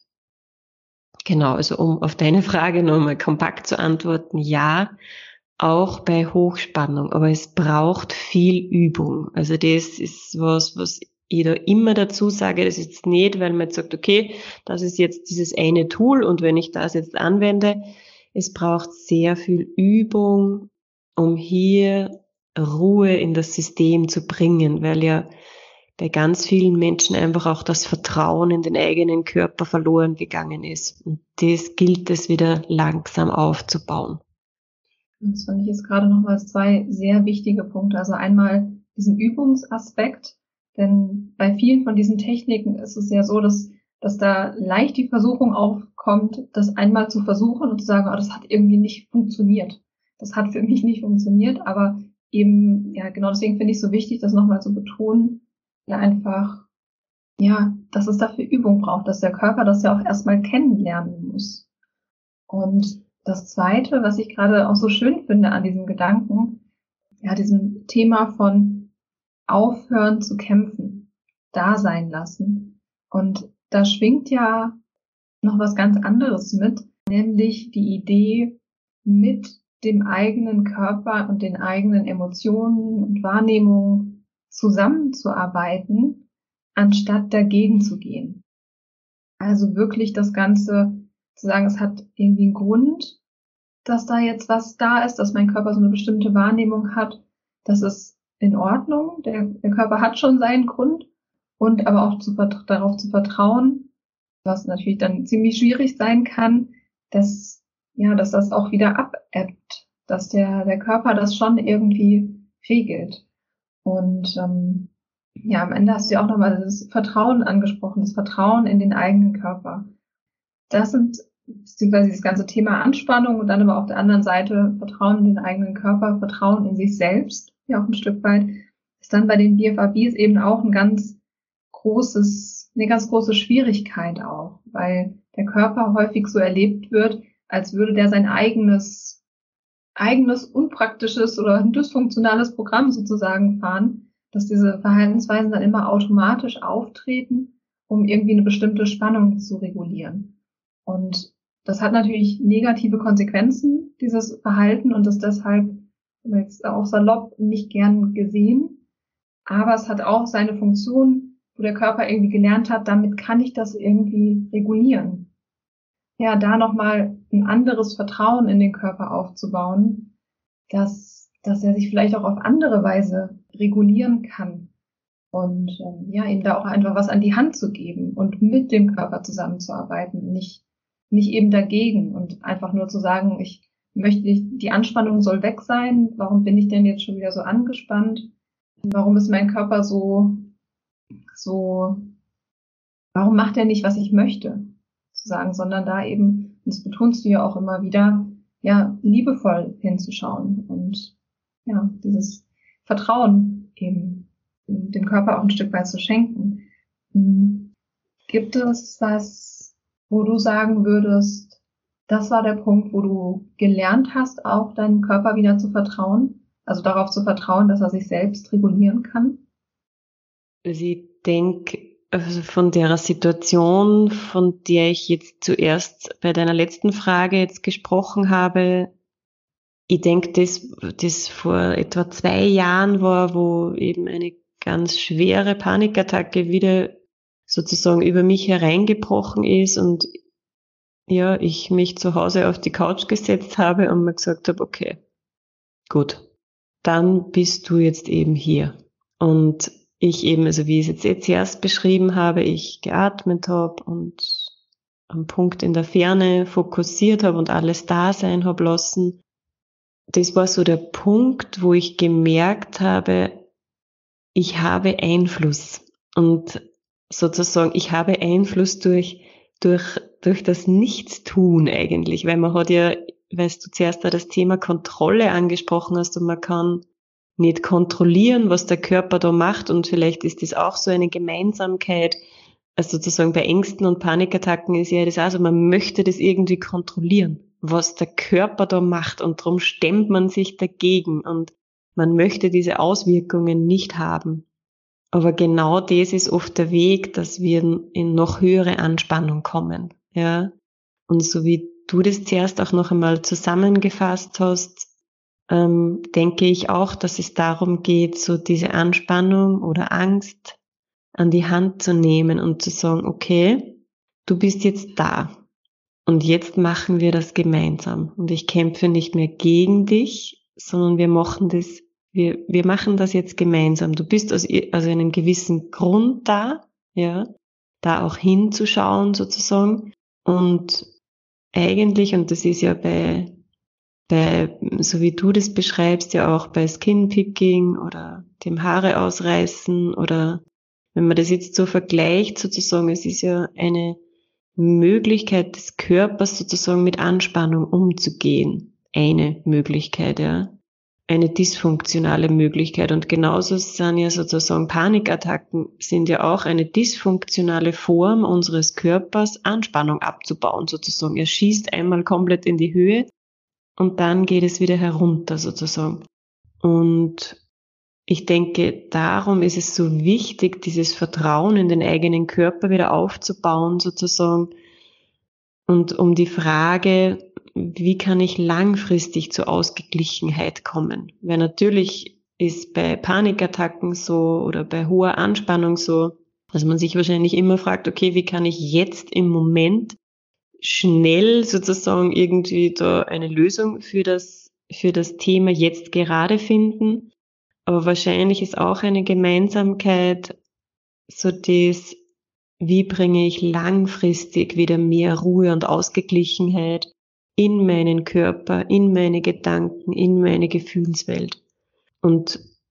Genau, also um auf deine Frage nochmal kompakt zu antworten, ja, auch bei Hochspannung, aber es braucht viel Übung. Also das ist was, was ich da immer dazu sage, das ist jetzt nicht, weil man jetzt sagt, okay, das ist jetzt dieses eine Tool und wenn ich das jetzt anwende, es braucht sehr viel Übung, um hier Ruhe in das System zu bringen, weil ja bei ganz vielen Menschen einfach auch das Vertrauen in den eigenen Körper verloren gegangen ist. Und das gilt es wieder langsam aufzubauen. Das fand ich jetzt gerade nochmal zwei sehr wichtige Punkte. Also einmal diesen Übungsaspekt, denn bei vielen von diesen Techniken ist es ja so, dass, dass da leicht die Versuchung aufkommt, das einmal zu versuchen und zu sagen, oh, das hat irgendwie nicht funktioniert. Das hat für mich nicht funktioniert, aber eben, ja, genau deswegen finde ich es so wichtig, das nochmal zu betonen, ja, einfach, ja, dass es dafür Übung braucht, dass der Körper das ja auch erstmal kennenlernen muss. Und das Zweite, was ich gerade auch so schön finde an diesem Gedanken, ja, diesem Thema von aufhören zu kämpfen, da sein lassen. Und da schwingt ja noch was ganz anderes mit, nämlich die Idee, mit dem eigenen Körper und den eigenen Emotionen und Wahrnehmungen zusammenzuarbeiten, anstatt dagegen zu gehen. Also wirklich das Ganze zu sagen, es hat irgendwie einen Grund, dass da jetzt was da ist, dass mein Körper so eine bestimmte Wahrnehmung hat. Das ist in Ordnung. Der, der Körper hat schon seinen Grund. Und aber auch zu, darauf zu vertrauen, was natürlich dann ziemlich schwierig sein kann, dass, ja, dass das auch wieder abebbt. Dass der, der Körper das schon irgendwie regelt. Und ähm, ja, am Ende hast du ja auch nochmal das Vertrauen angesprochen, das Vertrauen in den eigenen Körper. Das sind, beziehungsweise das ganze Thema Anspannung und dann aber auf der anderen Seite Vertrauen in den eigenen Körper, Vertrauen in sich selbst, ja auch ein Stück weit, ist dann bei den B F A Bs eben auch ein ganz großes, eine ganz große Schwierigkeit auch, weil der Körper häufig so erlebt wird, als würde der sein eigenes, eigenes unpraktisches oder ein dysfunktionales Programm sozusagen fahren, dass diese Verhaltensweisen dann immer automatisch auftreten, um irgendwie eine bestimmte Spannung zu regulieren. Und das hat natürlich negative Konsequenzen, dieses Verhalten, und ist deshalb jetzt auch salopp nicht gern gesehen. Aber es hat auch seine Funktion, wo der Körper irgendwie gelernt hat, damit kann ich das irgendwie regulieren. Ja, da nochmal ein anderes Vertrauen in den Körper aufzubauen, dass, dass er sich vielleicht auch auf andere Weise regulieren kann. Und ähm, ja, ihm da auch einfach was an die Hand zu geben und mit dem Körper zusammenzuarbeiten, nicht nicht eben dagegen und einfach nur zu sagen, ich möchte, die Anspannung soll weg sein, warum bin ich denn jetzt schon wieder so angespannt? Warum ist mein Körper so, so, warum macht er nicht, was ich möchte? Zu sagen, sondern da eben, und das betonst du ja auch immer wieder, ja, liebevoll hinzuschauen und ja, dieses Vertrauen eben dem Körper auch ein Stück weit zu schenken. Gibt es was, wo du sagen würdest, das war der Punkt, wo du gelernt hast, auch deinem Körper wieder zu vertrauen? Also darauf zu vertrauen, dass er sich selbst regulieren kann? Also ich denke, also von der Situation, von der ich jetzt zuerst bei deiner letzten Frage jetzt gesprochen habe, ich denke, das, das vor etwa zwei Jahren war, wo eben eine ganz schwere Panikattacke wieder sozusagen über mich hereingebrochen ist und ja, ich mich zu Hause auf die Couch gesetzt habe und mir gesagt habe, okay, gut, dann bist du jetzt eben hier. Und ich eben, also wie ich es jetzt zuerst beschrieben habe, ich geatmet habe und am Punkt in der Ferne fokussiert habe und alles da sein habe lassen. Das war so der Punkt, wo ich gemerkt habe, ich habe Einfluss. Und sozusagen, ich habe Einfluss durch, durch, durch das Nichtstun eigentlich, weil man hat ja, weißt du, zuerst da das Thema Kontrolle angesprochen hast und man kann nicht kontrollieren, was der Körper da macht und vielleicht ist das auch so eine Gemeinsamkeit, also sozusagen bei Ängsten und Panikattacken ist ja das auch so, man möchte das irgendwie kontrollieren, was der Körper da macht und darum stemmt man sich dagegen und man möchte diese Auswirkungen nicht haben. Aber genau das ist oft der Weg, dass wir in noch höhere Anspannung kommen, ja. Und so wie du das zuerst auch noch einmal zusammengefasst hast, ähm, denke ich auch, dass es darum geht, so diese Anspannung oder Angst an die Hand zu nehmen und zu sagen, okay, du bist jetzt da und jetzt machen wir das gemeinsam. Und ich kämpfe nicht mehr gegen dich, sondern wir machen das Wir, wir machen das jetzt gemeinsam. Du bist aus, aus einem gewissen Grund da, ja, da auch hinzuschauen sozusagen. Und eigentlich, und das ist ja bei, bei, so wie du das beschreibst, ja auch bei Skinpicking oder dem Haare ausreißen oder wenn man das jetzt so vergleicht sozusagen, es ist ja eine Möglichkeit des Körpers sozusagen mit Anspannung umzugehen. Eine Möglichkeit, ja. Eine dysfunktionale Möglichkeit. Und genauso sind ja sozusagen Panikattacken sind ja auch eine dysfunktionale Form unseres Körpers, Anspannung abzubauen sozusagen. Er schießt einmal komplett in die Höhe und dann geht es wieder herunter sozusagen. Und ich denke, darum ist es so wichtig, dieses Vertrauen in den eigenen Körper wieder aufzubauen sozusagen. Und um die Frage, wie kann ich langfristig zur Ausgeglichenheit kommen? Weil natürlich ist bei Panikattacken so oder bei hoher Anspannung so, dass man sich wahrscheinlich immer fragt, okay, wie kann ich jetzt im Moment schnell sozusagen irgendwie da eine Lösung für das, für das Thema jetzt gerade finden? Aber wahrscheinlich ist auch eine Gemeinsamkeit so das, wie bringe ich langfristig wieder mehr Ruhe und Ausgeglichenheit in meinen Körper, in meine Gedanken, in meine Gefühlswelt. Und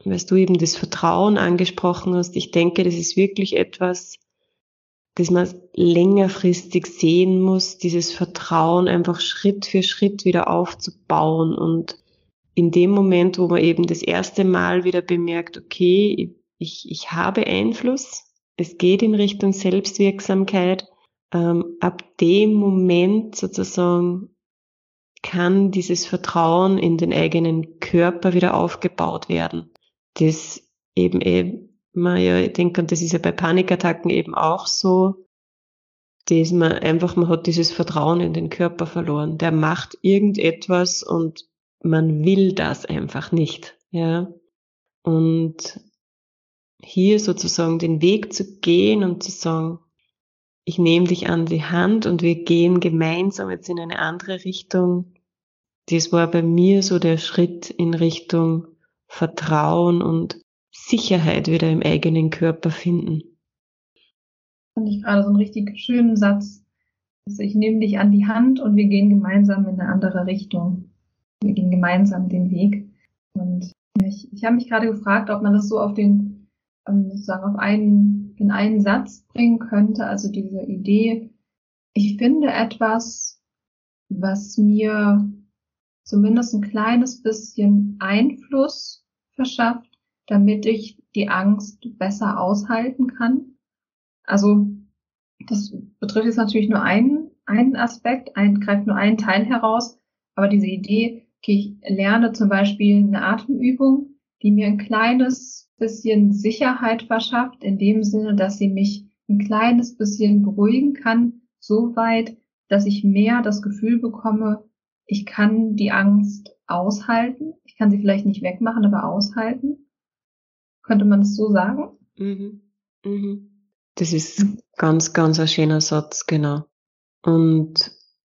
weil du eben das Vertrauen angesprochen hast, ich denke, das ist wirklich etwas, das man längerfristig sehen muss, dieses Vertrauen einfach Schritt für Schritt wieder aufzubauen. Und in dem Moment, wo man eben das erste Mal wieder bemerkt, okay, ich, ich habe Einfluss, es geht in Richtung Selbstwirksamkeit, ähm, ab dem Moment sozusagen kann dieses Vertrauen in den eigenen Körper wieder aufgebaut werden. Das eben eben, man ja, ich denke, und das ist ja bei Panikattacken eben auch so, dass man einfach, man hat dieses Vertrauen in den Körper verloren. Der macht irgendetwas und man will das einfach nicht, ja. Und hier sozusagen den Weg zu gehen und zu sagen, ich nehme dich an die Hand und wir gehen gemeinsam jetzt in eine andere Richtung. Das war bei mir so der Schritt in Richtung Vertrauen und Sicherheit wieder im eigenen Körper finden. Fand ich gerade so einen richtig schönen Satz. Also ich nehme dich an die Hand und wir gehen gemeinsam in eine andere Richtung. Wir gehen gemeinsam den Weg. Und ich, ich habe mich gerade gefragt, ob man das so auf den, sozusagen auf einen, in einen Satz bringen könnte. Also diese Idee, ich finde etwas, was mir zumindest ein kleines bisschen Einfluss verschafft, damit ich die Angst besser aushalten kann. Also das betrifft jetzt natürlich nur einen, einen Aspekt, ein, greift nur einen Teil heraus, aber diese Idee, okay, ich lerne zum Beispiel eine Atemübung, die mir ein kleines bisschen Sicherheit verschafft, in dem Sinne, dass sie mich ein kleines bisschen beruhigen kann, so weit, dass ich mehr das Gefühl bekomme, ich kann die Angst aushalten. Ich kann sie vielleicht nicht wegmachen, aber aushalten. Könnte man das so sagen? Mhm. Mhm. Das ist ganz, ganz ein schöner Satz, genau. Und,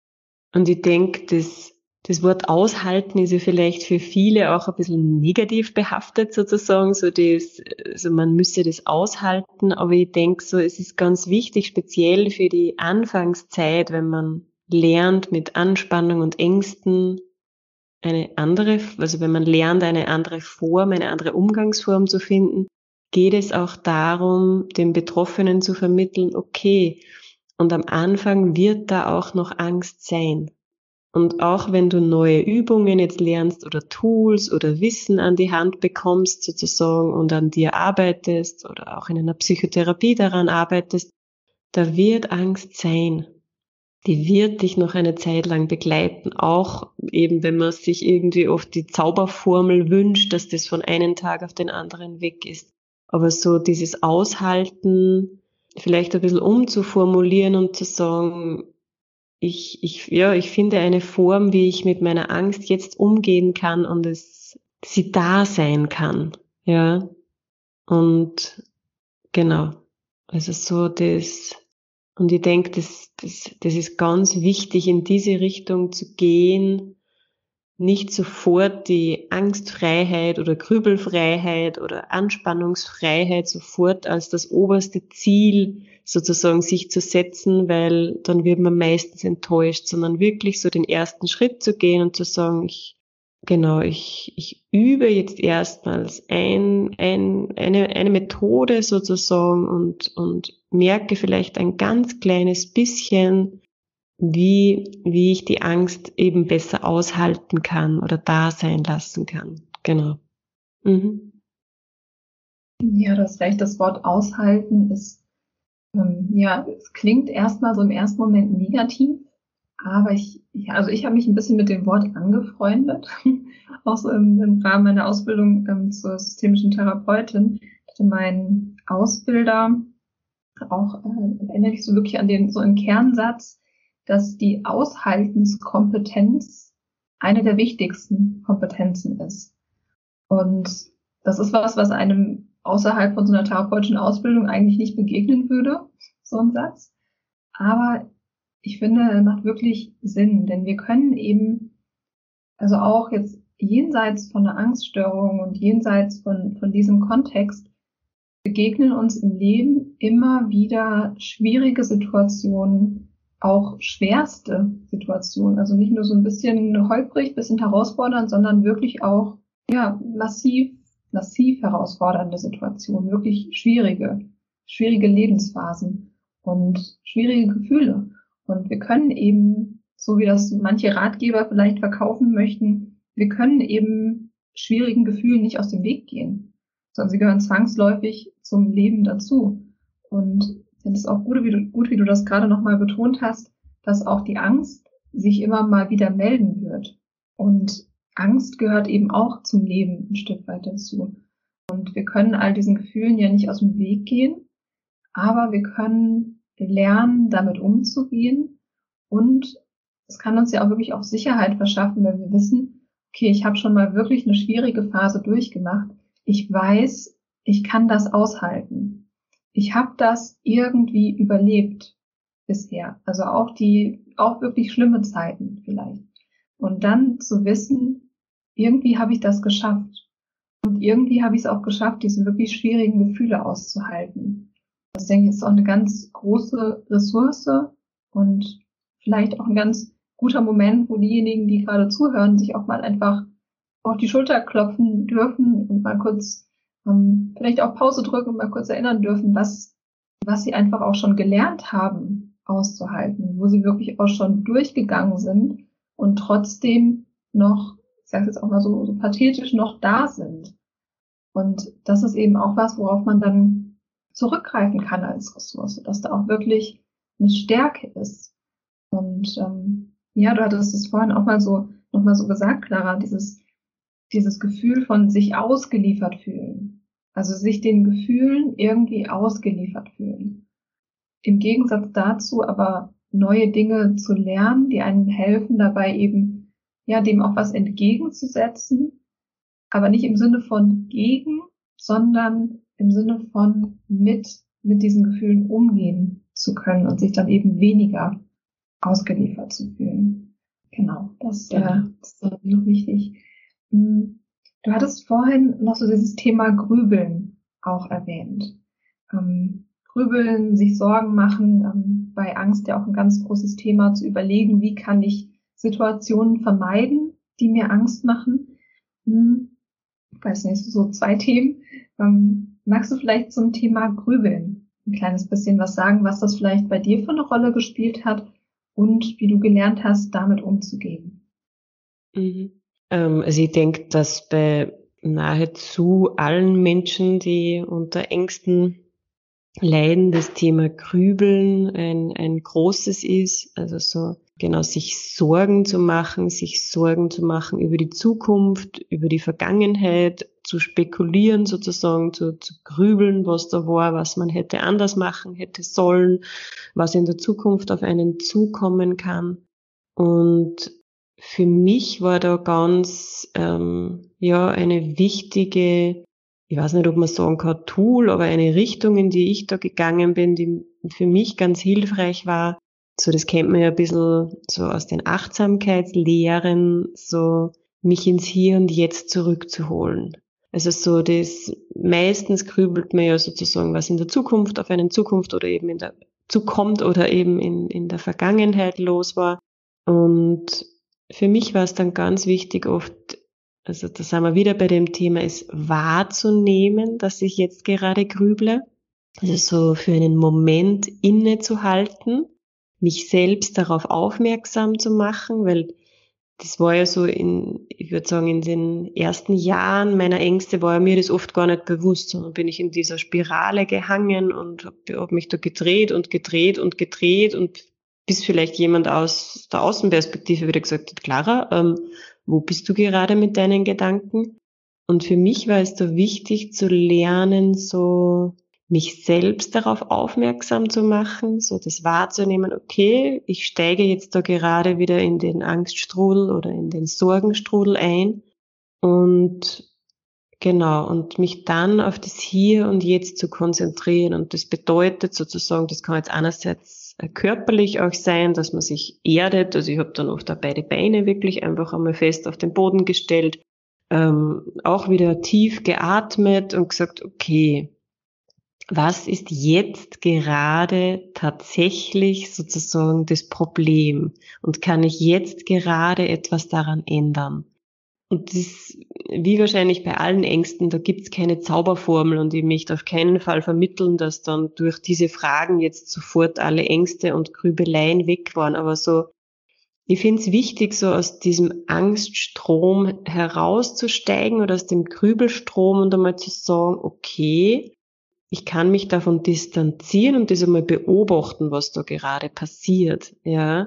und ich denke, das, das Wort aushalten ist ja vielleicht für viele auch ein bisschen negativ behaftet sozusagen, so das, also man müsse das aushalten, aber ich denke so, es ist ganz wichtig, speziell für die Anfangszeit, wenn man lernt mit Anspannung und Ängsten eine andere, also wenn man lernt, eine andere Form, eine andere Umgangsform zu finden, geht es auch darum, den Betroffenen zu vermitteln, okay, und am Anfang wird da auch noch Angst sein. Und auch wenn du neue Übungen jetzt lernst oder Tools oder Wissen an die Hand bekommst sozusagen und an dir arbeitest oder auch in einer Psychotherapie daran arbeitest, da wird Angst sein. Die wird dich noch eine Zeit lang begleiten, auch eben wenn man sich irgendwie oft die Zauberformel wünscht, dass das von einem Tag auf den anderen weg ist. Aber so dieses Aushalten, vielleicht ein bisschen umzuformulieren und zu sagen, ich, ich, ja, ich finde eine Form, wie ich mit meiner Angst jetzt umgehen kann und es, sie da sein kann, ja. Und genau, also so das, und ich denke, das, das, das ist ganz wichtig, in diese Richtung zu gehen, nicht sofort die Angstfreiheit oder Grübelfreiheit oder Anspannungsfreiheit sofort als das oberste Ziel sozusagen sich zu setzen, weil dann wird man meistens enttäuscht, sondern wirklich so den ersten Schritt zu gehen und zu sagen, ich, genau, ich, ich übe jetzt erstmals ein, ein, eine, eine Methode sozusagen und, und merke vielleicht ein ganz kleines bisschen, wie, wie ich die Angst eben besser aushalten kann oder da sein lassen kann. Genau. Mhm. Ja, du hast recht, das Wort aushalten ist, ähm, ja, es klingt erstmal so im ersten Moment negativ, aber ich, ja, also ich habe mich ein bisschen mit dem Wort angefreundet, auch so im, im Rahmen meiner Ausbildung ähm, zur systemischen Therapeutin. Ich hatte meinen Ausbilder auch, äh, erinnere ich so wirklich an den, so einen Kernsatz, dass die Aushaltenskompetenz eine der wichtigsten Kompetenzen ist. Und das ist was, was einem außerhalb von so einer therapeutischen Ausbildung eigentlich nicht begegnen würde, so ein Satz. Aber ich finde, er macht wirklich Sinn, denn wir können eben, also auch jetzt jenseits von einer Angststörung und jenseits von, von diesem Kontext, begegnen uns im Leben immer wieder schwierige Situationen, auch schwerste Situationen. Also nicht nur so ein bisschen holprig, bisschen herausfordernd, sondern wirklich auch, ja, massiv massiv herausfordernde Situationen, wirklich schwierige, schwierige Lebensphasen und schwierige Gefühle. Und wir können eben, so wie das manche Ratgeber vielleicht verkaufen möchten, wir können eben schwierigen Gefühlen nicht aus dem Weg gehen, sondern sie gehören zwangsläufig zum Leben dazu. Und ich finde es auch gut, wie du, gut, wie du das gerade nochmal betont hast, dass auch die Angst sich immer mal wieder melden wird. Und Angst gehört eben auch zum Leben ein Stück weit dazu. Und wir können all diesen Gefühlen ja nicht aus dem Weg gehen, aber wir können lernen, damit umzugehen. Und es kann uns ja auch wirklich auch Sicherheit verschaffen, wenn wir wissen, okay, ich habe schon mal wirklich eine schwierige Phase durchgemacht. Ich weiß, ich kann das aushalten. Ich habe das irgendwie überlebt bisher. Also auch die, auch wirklich schlimme Zeiten vielleicht. Und dann zu wissen, irgendwie habe ich das geschafft. Und irgendwie habe ich es auch geschafft, diese wirklich schwierigen Gefühle auszuhalten. Das, denke ich, ist auch eine ganz große Ressource und vielleicht auch ein ganz guter Moment, wo diejenigen, die gerade zuhören, sich auch mal einfach auf die Schulter klopfen dürfen und mal kurz ähm, vielleicht auch Pause drücken und mal kurz erinnern dürfen, was, was sie einfach auch schon gelernt haben auszuhalten, wo sie wirklich auch schon durchgegangen sind und trotzdem noch, ich sage jetzt auch mal so, so pathetisch, noch da sind. Und das ist eben auch was, worauf man dann zurückgreifen kann als Ressource, dass da auch wirklich eine Stärke ist. Und ähm, ja, du hattest es vorhin auch mal so noch mal so gesagt, Clara, dieses dieses Gefühl von sich ausgeliefert fühlen, also sich den Gefühlen irgendwie ausgeliefert fühlen. Im Gegensatz dazu aber neue Dinge zu lernen, die einem helfen, dabei eben ja dem auch was entgegenzusetzen, aber nicht im Sinne von gegen, sondern im Sinne von mit mit diesen Gefühlen umgehen zu können und sich dann eben weniger ausgeliefert zu fühlen. Genau, das, Genau. Äh, das ist noch wichtig. Du hattest vorhin noch so dieses Thema Grübeln auch erwähnt. Ähm, Grübeln, sich Sorgen machen, ähm, bei Angst ja auch ein ganz großes Thema, zu überlegen, wie kann ich Situationen vermeiden, die mir Angst machen. Hm, ich weiß nicht, so zwei Themen. Ähm, magst du vielleicht zum Thema Grübeln ein kleines bisschen was sagen, was das vielleicht bei dir für eine Rolle gespielt hat und wie du gelernt hast, damit umzugehen? Mhm. Ähm, also ich denke, dass bei nahezu allen Menschen, die unter Ängsten leiden, das Thema Grübeln ein, ein großes ist. Also so genau sich Sorgen zu machen, sich Sorgen zu machen über die Zukunft, über die Vergangenheit, zu spekulieren sozusagen, zu, zu grübeln, was da war, was man hätte anders machen, hätte sollen, was in der Zukunft auf einen zukommen kann. Und für mich war da ganz ähm, ja eine wichtige, ich weiß nicht, ob man sagen kann Tool, aber eine Richtung, in die ich da gegangen bin, die für mich ganz hilfreich war. So, das kennt man ja ein bisschen so aus den Achtsamkeitslehren, so mich ins Hier und Jetzt zurückzuholen. Also so das, meistens grübelt man ja sozusagen, was in der Zukunft auf einen Zukunft oder eben in der zukommt oder eben in, in der Vergangenheit los war. Und für mich war es dann ganz wichtig, oft, also da sind wir wieder bei dem Thema, es wahrzunehmen, dass ich jetzt gerade grüble. Also so für einen Moment innezuhalten, mich selbst darauf aufmerksam zu machen, weil das war ja so in, ich würde sagen, in den ersten Jahren meiner Ängste war mir das oft gar nicht bewusst, sondern bin ich in dieser Spirale gehangen und habe hab mich da gedreht und gedreht und gedreht und bis vielleicht jemand aus der Außenperspektive wieder gesagt hat, Clara, ähm, wo bist du gerade mit deinen Gedanken? Und für mich war es da wichtig zu lernen, so mich selbst darauf aufmerksam zu machen, so das wahrzunehmen, okay, ich steige jetzt da gerade wieder in den Angststrudel oder in den Sorgenstrudel ein und genau, und mich dann auf das Hier und Jetzt zu konzentrieren. Und das bedeutet sozusagen, das kann jetzt einerseits körperlich auch sein, dass man sich erdet, also ich habe dann oft auch beide Beine wirklich einfach einmal fest auf den Boden gestellt, ähm, auch wieder tief geatmet und gesagt, okay, was ist jetzt gerade tatsächlich sozusagen das Problem und kann ich jetzt gerade etwas daran ändern? Und das ist wie wahrscheinlich bei allen Ängsten, da gibt's keine Zauberformel und ich möchte auf keinen Fall vermitteln, dass dann durch diese Fragen jetzt sofort alle Ängste und Grübeleien weg waren. Aber so, ich finde es wichtig, so aus diesem Angststrom herauszusteigen oder aus dem Grübelstrom und einmal zu sagen, okay, ich kann mich davon distanzieren und das einmal beobachten, was da gerade passiert, ja.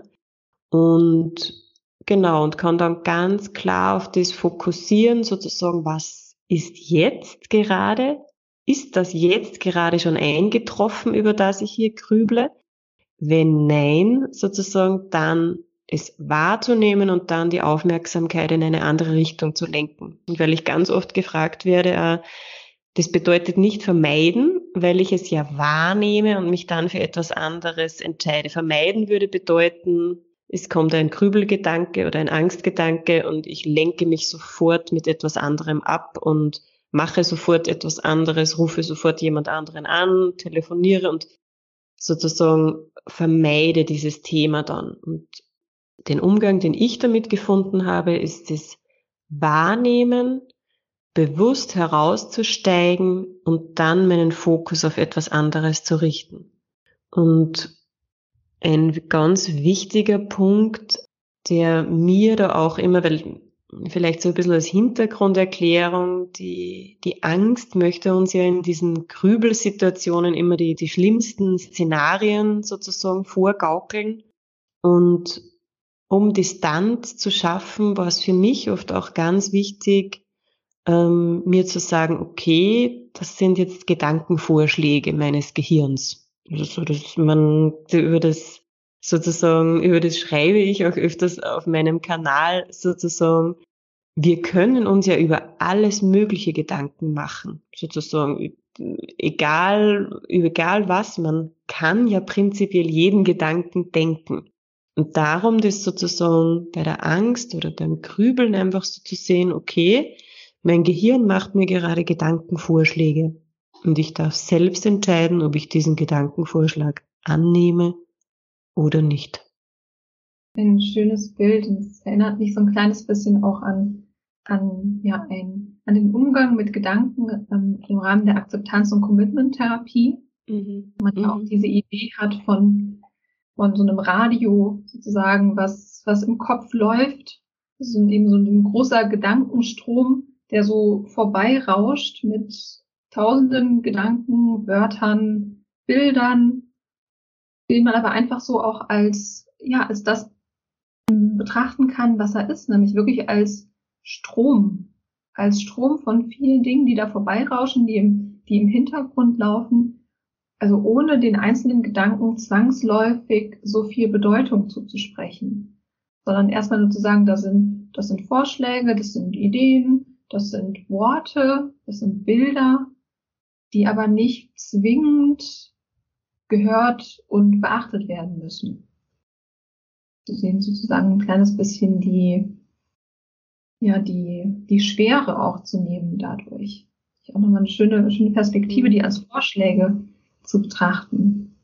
Und genau, und kann dann ganz klar auf das fokussieren, sozusagen, was ist jetzt gerade? Ist das jetzt gerade schon eingetroffen, über das ich hier grüble? Wenn nein, sozusagen, dann es wahrzunehmen und dann die Aufmerksamkeit in eine andere Richtung zu lenken. Und weil ich ganz oft gefragt werde, das bedeutet nicht vermeiden, weil ich es ja wahrnehme und mich dann für etwas anderes entscheide. Vermeiden würde bedeuten, es kommt ein Grübelgedanke oder ein Angstgedanke und ich lenke mich sofort mit etwas anderem ab und mache sofort etwas anderes, rufe sofort jemand anderen an, telefoniere und sozusagen vermeide dieses Thema dann. Und den Umgang, den ich damit gefunden habe, ist das Wahrnehmen, bewusst herauszusteigen und dann meinen Fokus auf etwas anderes zu richten. Und ein ganz wichtiger Punkt, der mir da auch immer, weil vielleicht so ein bisschen als Hintergrunderklärung, die, die Angst möchte uns ja in diesen Grübelsituationen immer die, die schlimmsten Szenarien sozusagen vorgaukeln. Und um Distanz zu schaffen, war es für mich oft auch ganz wichtig, ähm, mir zu sagen, okay, das sind jetzt Gedankenvorschläge meines Gehirns. Also so, dass man über das sozusagen, über das schreibe ich auch öfters auf meinem Kanal sozusagen, wir können uns ja über alles mögliche Gedanken machen, sozusagen, egal, egal was, man kann ja prinzipiell jeden Gedanken denken. Und darum das sozusagen bei der Angst oder beim Grübeln einfach so zu sehen, okay, mein Gehirn macht mir gerade Gedankenvorschläge. Und ich darf selbst entscheiden, ob ich diesen Gedankenvorschlag annehme oder nicht. Ein schönes Bild. Und es erinnert mich so ein kleines bisschen auch an, an, ja, ein, an den Umgang mit Gedanken ähm, im Rahmen der Akzeptanz- und Commitment-Therapie. Mhm. Man ja mhm. auch diese Idee hat von, von so einem Radio sozusagen, was, was im Kopf läuft. Das ist eben so ein großer Gedankenstrom, der so vorbeirauscht mit tausenden Gedanken, Wörtern, Bildern, den man aber einfach so auch als, ja, als das betrachten kann, was er ist, nämlich wirklich als Strom, als Strom von vielen Dingen, die da vorbeirauschen, die im, die im Hintergrund laufen, also ohne den einzelnen Gedanken zwangsläufig so viel Bedeutung zuzusprechen, sondern erstmal nur zu sagen, das sind, das sind Vorschläge, das sind Ideen, das sind Worte, das sind Bilder, die aber nicht zwingend gehört und beachtet werden müssen. Sie sehen sozusagen ein kleines bisschen die, ja, die, die Schwere auch zu nehmen dadurch. Auch nochmal eine schöne, schöne Perspektive, die als Vorschläge zu betrachten.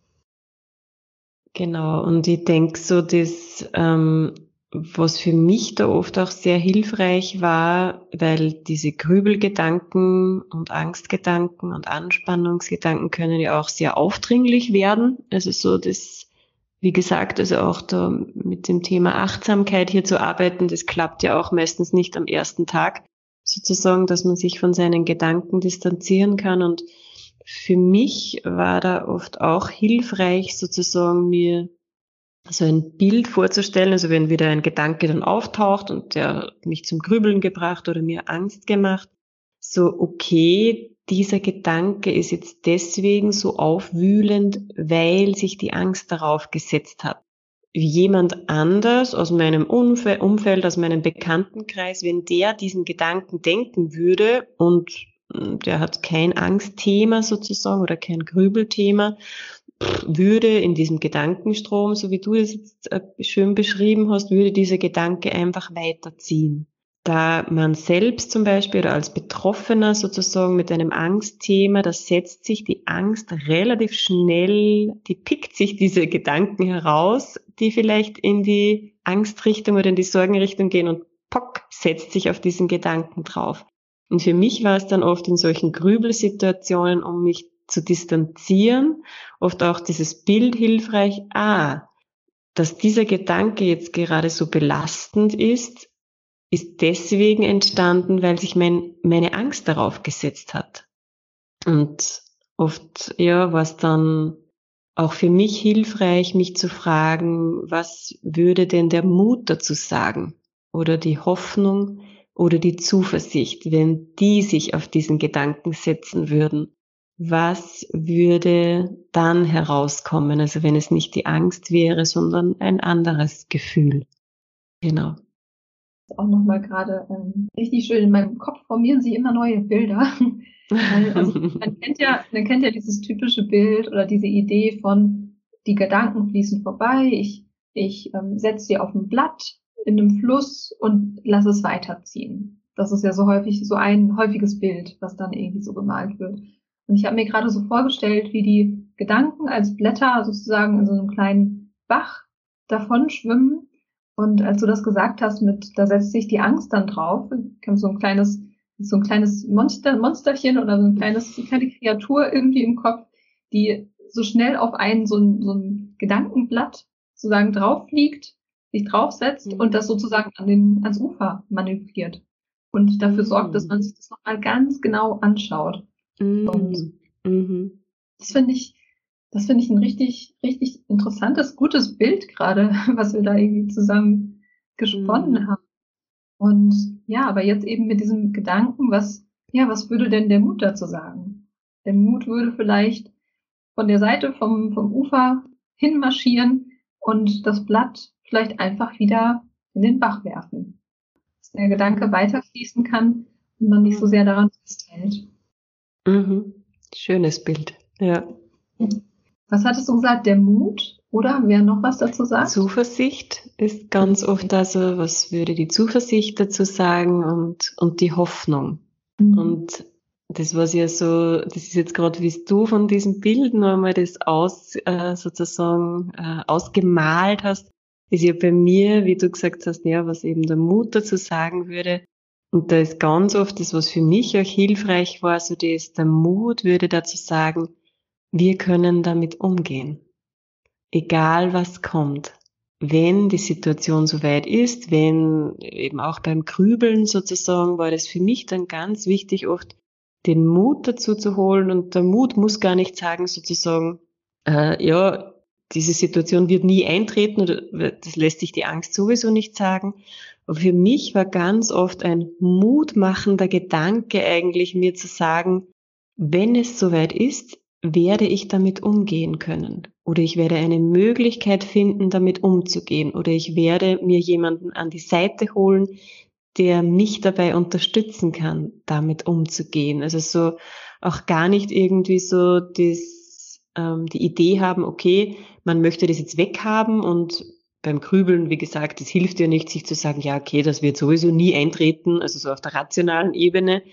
Genau, und ich denke so, dass, ähm, was für mich da oft auch sehr hilfreich war, weil diese Grübelgedanken und Angstgedanken und Anspannungsgedanken können ja auch sehr aufdringlich werden. Also so das, wie gesagt, also auch da mit dem Thema Achtsamkeit hier zu arbeiten, das klappt ja auch meistens nicht am ersten Tag, sozusagen, dass man sich von seinen Gedanken distanzieren kann. Und für mich war da oft auch hilfreich, sozusagen mir so ein Bild vorzustellen, also wenn wieder ein Gedanke dann auftaucht und der hat mich zum Grübeln gebracht oder mir Angst gemacht, so okay, dieser Gedanke ist jetzt deswegen so aufwühlend, weil sich die Angst darauf gesetzt hat. Jemand anders aus meinem Umfeld, aus meinem Bekanntenkreis, wenn der diesen Gedanken denken würde und der hat kein Angstthema sozusagen oder kein Grübelthema, würde in diesem Gedankenstrom, so wie du es jetzt schön beschrieben hast, würde dieser Gedanke einfach weiterziehen. Da man selbst zum Beispiel oder als Betroffener sozusagen mit einem Angstthema, da setzt sich die Angst relativ schnell, die pickt sich diese Gedanken heraus, die vielleicht in die Angstrichtung oder in die Sorgenrichtung gehen und pock, setzt sich auf diesen Gedanken drauf. Und für mich war es dann oft in solchen Grübelsituationen, um mich zu distanzieren, oft auch dieses Bild hilfreich, ah, dass dieser Gedanke jetzt gerade so belastend ist, ist deswegen entstanden, weil sich mein, meine Angst darauf gesetzt hat. Und oft, ja, war es dann auch für mich hilfreich, mich zu fragen, was würde denn der Mut dazu sagen? Oder die Hoffnung oder die Zuversicht, wenn die sich auf diesen Gedanken setzen würden. Was würde dann herauskommen? Also wenn es nicht die Angst wäre, sondern ein anderes Gefühl. Genau. Auch nochmal gerade ähm, richtig schön. In meinem Kopf formieren sich immer neue Bilder. Weil, also, man kennt ja, man kennt ja dieses typische Bild oder diese Idee von, die Gedanken fließen vorbei, ich, ich ähm, setze sie auf ein Blatt in einem Fluss und lasse es weiterziehen. Das ist ja so häufig, so ein häufiges Bild, was dann irgendwie so gemalt wird. Und ich habe mir gerade so vorgestellt, wie die Gedanken als Blätter sozusagen in so einem kleinen Bach davon schwimmen. Und als du das gesagt hast, mit, da setzt sich die Angst dann drauf, so ein kleines, so ein kleines Monster, Monsterchen oder so ein kleines, eine kleine Kreatur irgendwie im Kopf, die so schnell auf einen, so ein, so ein Gedankenblatt sozusagen drauf liegt, sich draufsetzt mhm. und das sozusagen an den, ans Ufer manövriert. Und dafür mhm. sorgt, dass man sich das nochmal ganz genau anschaut. Mhm. Und mhm. das finde ich, Das finde ich ein richtig, richtig interessantes, gutes Bild gerade, was wir da irgendwie zusammen gesponnen mhm. haben. Und ja, aber jetzt eben mit diesem Gedanken, was, ja, was würde denn der Mut dazu sagen? Der Mut würde vielleicht von der Seite vom, vom Ufer hinmarschieren und das Blatt vielleicht einfach wieder in den Bach werfen. Dass der Gedanke weiterfließen kann und man nicht so sehr daran festhält. Mhm. Schönes Bild, ja. Was hattest du gesagt? Der Mut? Oder wer noch was dazu sagt? Zuversicht ist ganz oft also, was würde die Zuversicht dazu sagen und, und die Hoffnung. Mhm. Und das was ja so, das ist jetzt gerade, wie du von diesem Bild noch einmal das aus, äh, sozusagen, äh, ausgemalt hast, ist ja bei mir, wie du gesagt hast, ja, was eben der Mut dazu sagen würde. Und da ist ganz oft das, was für mich auch hilfreich war, so das, der Mut würde dazu sagen, wir können damit umgehen. Egal was kommt. Wenn die Situation soweit ist, wenn eben auch beim Grübeln sozusagen, war das für mich dann ganz wichtig, oft den Mut dazu zu holen. Und der Mut muss gar nicht sagen sozusagen, äh, ja, diese Situation wird nie eintreten, oder das lässt sich die Angst sowieso nicht sagen. Aber für mich war ganz oft ein mutmachender Gedanke eigentlich, mir zu sagen, wenn es soweit ist, werde ich damit umgehen können. Oder ich werde eine Möglichkeit finden, damit umzugehen. Oder ich werde mir jemanden an die Seite holen, der mich dabei unterstützen kann, damit umzugehen. Also so auch gar nicht irgendwie so das, ähm, die Idee haben, okay, man möchte das jetzt weghaben und beim Grübeln, wie gesagt, es hilft ja nicht, sich zu sagen, ja, okay, das wird sowieso nie eintreten, also so auf der rationalen Ebene,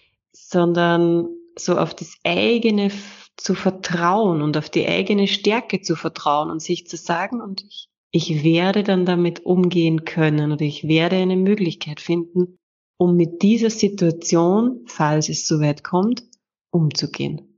sondern so auf das eigene zu vertrauen und auf die eigene Stärke zu vertrauen und sich zu sagen, und ich, ich werde dann damit umgehen können oder ich werde eine Möglichkeit finden, um mit dieser Situation, falls es soweit kommt, umzugehen.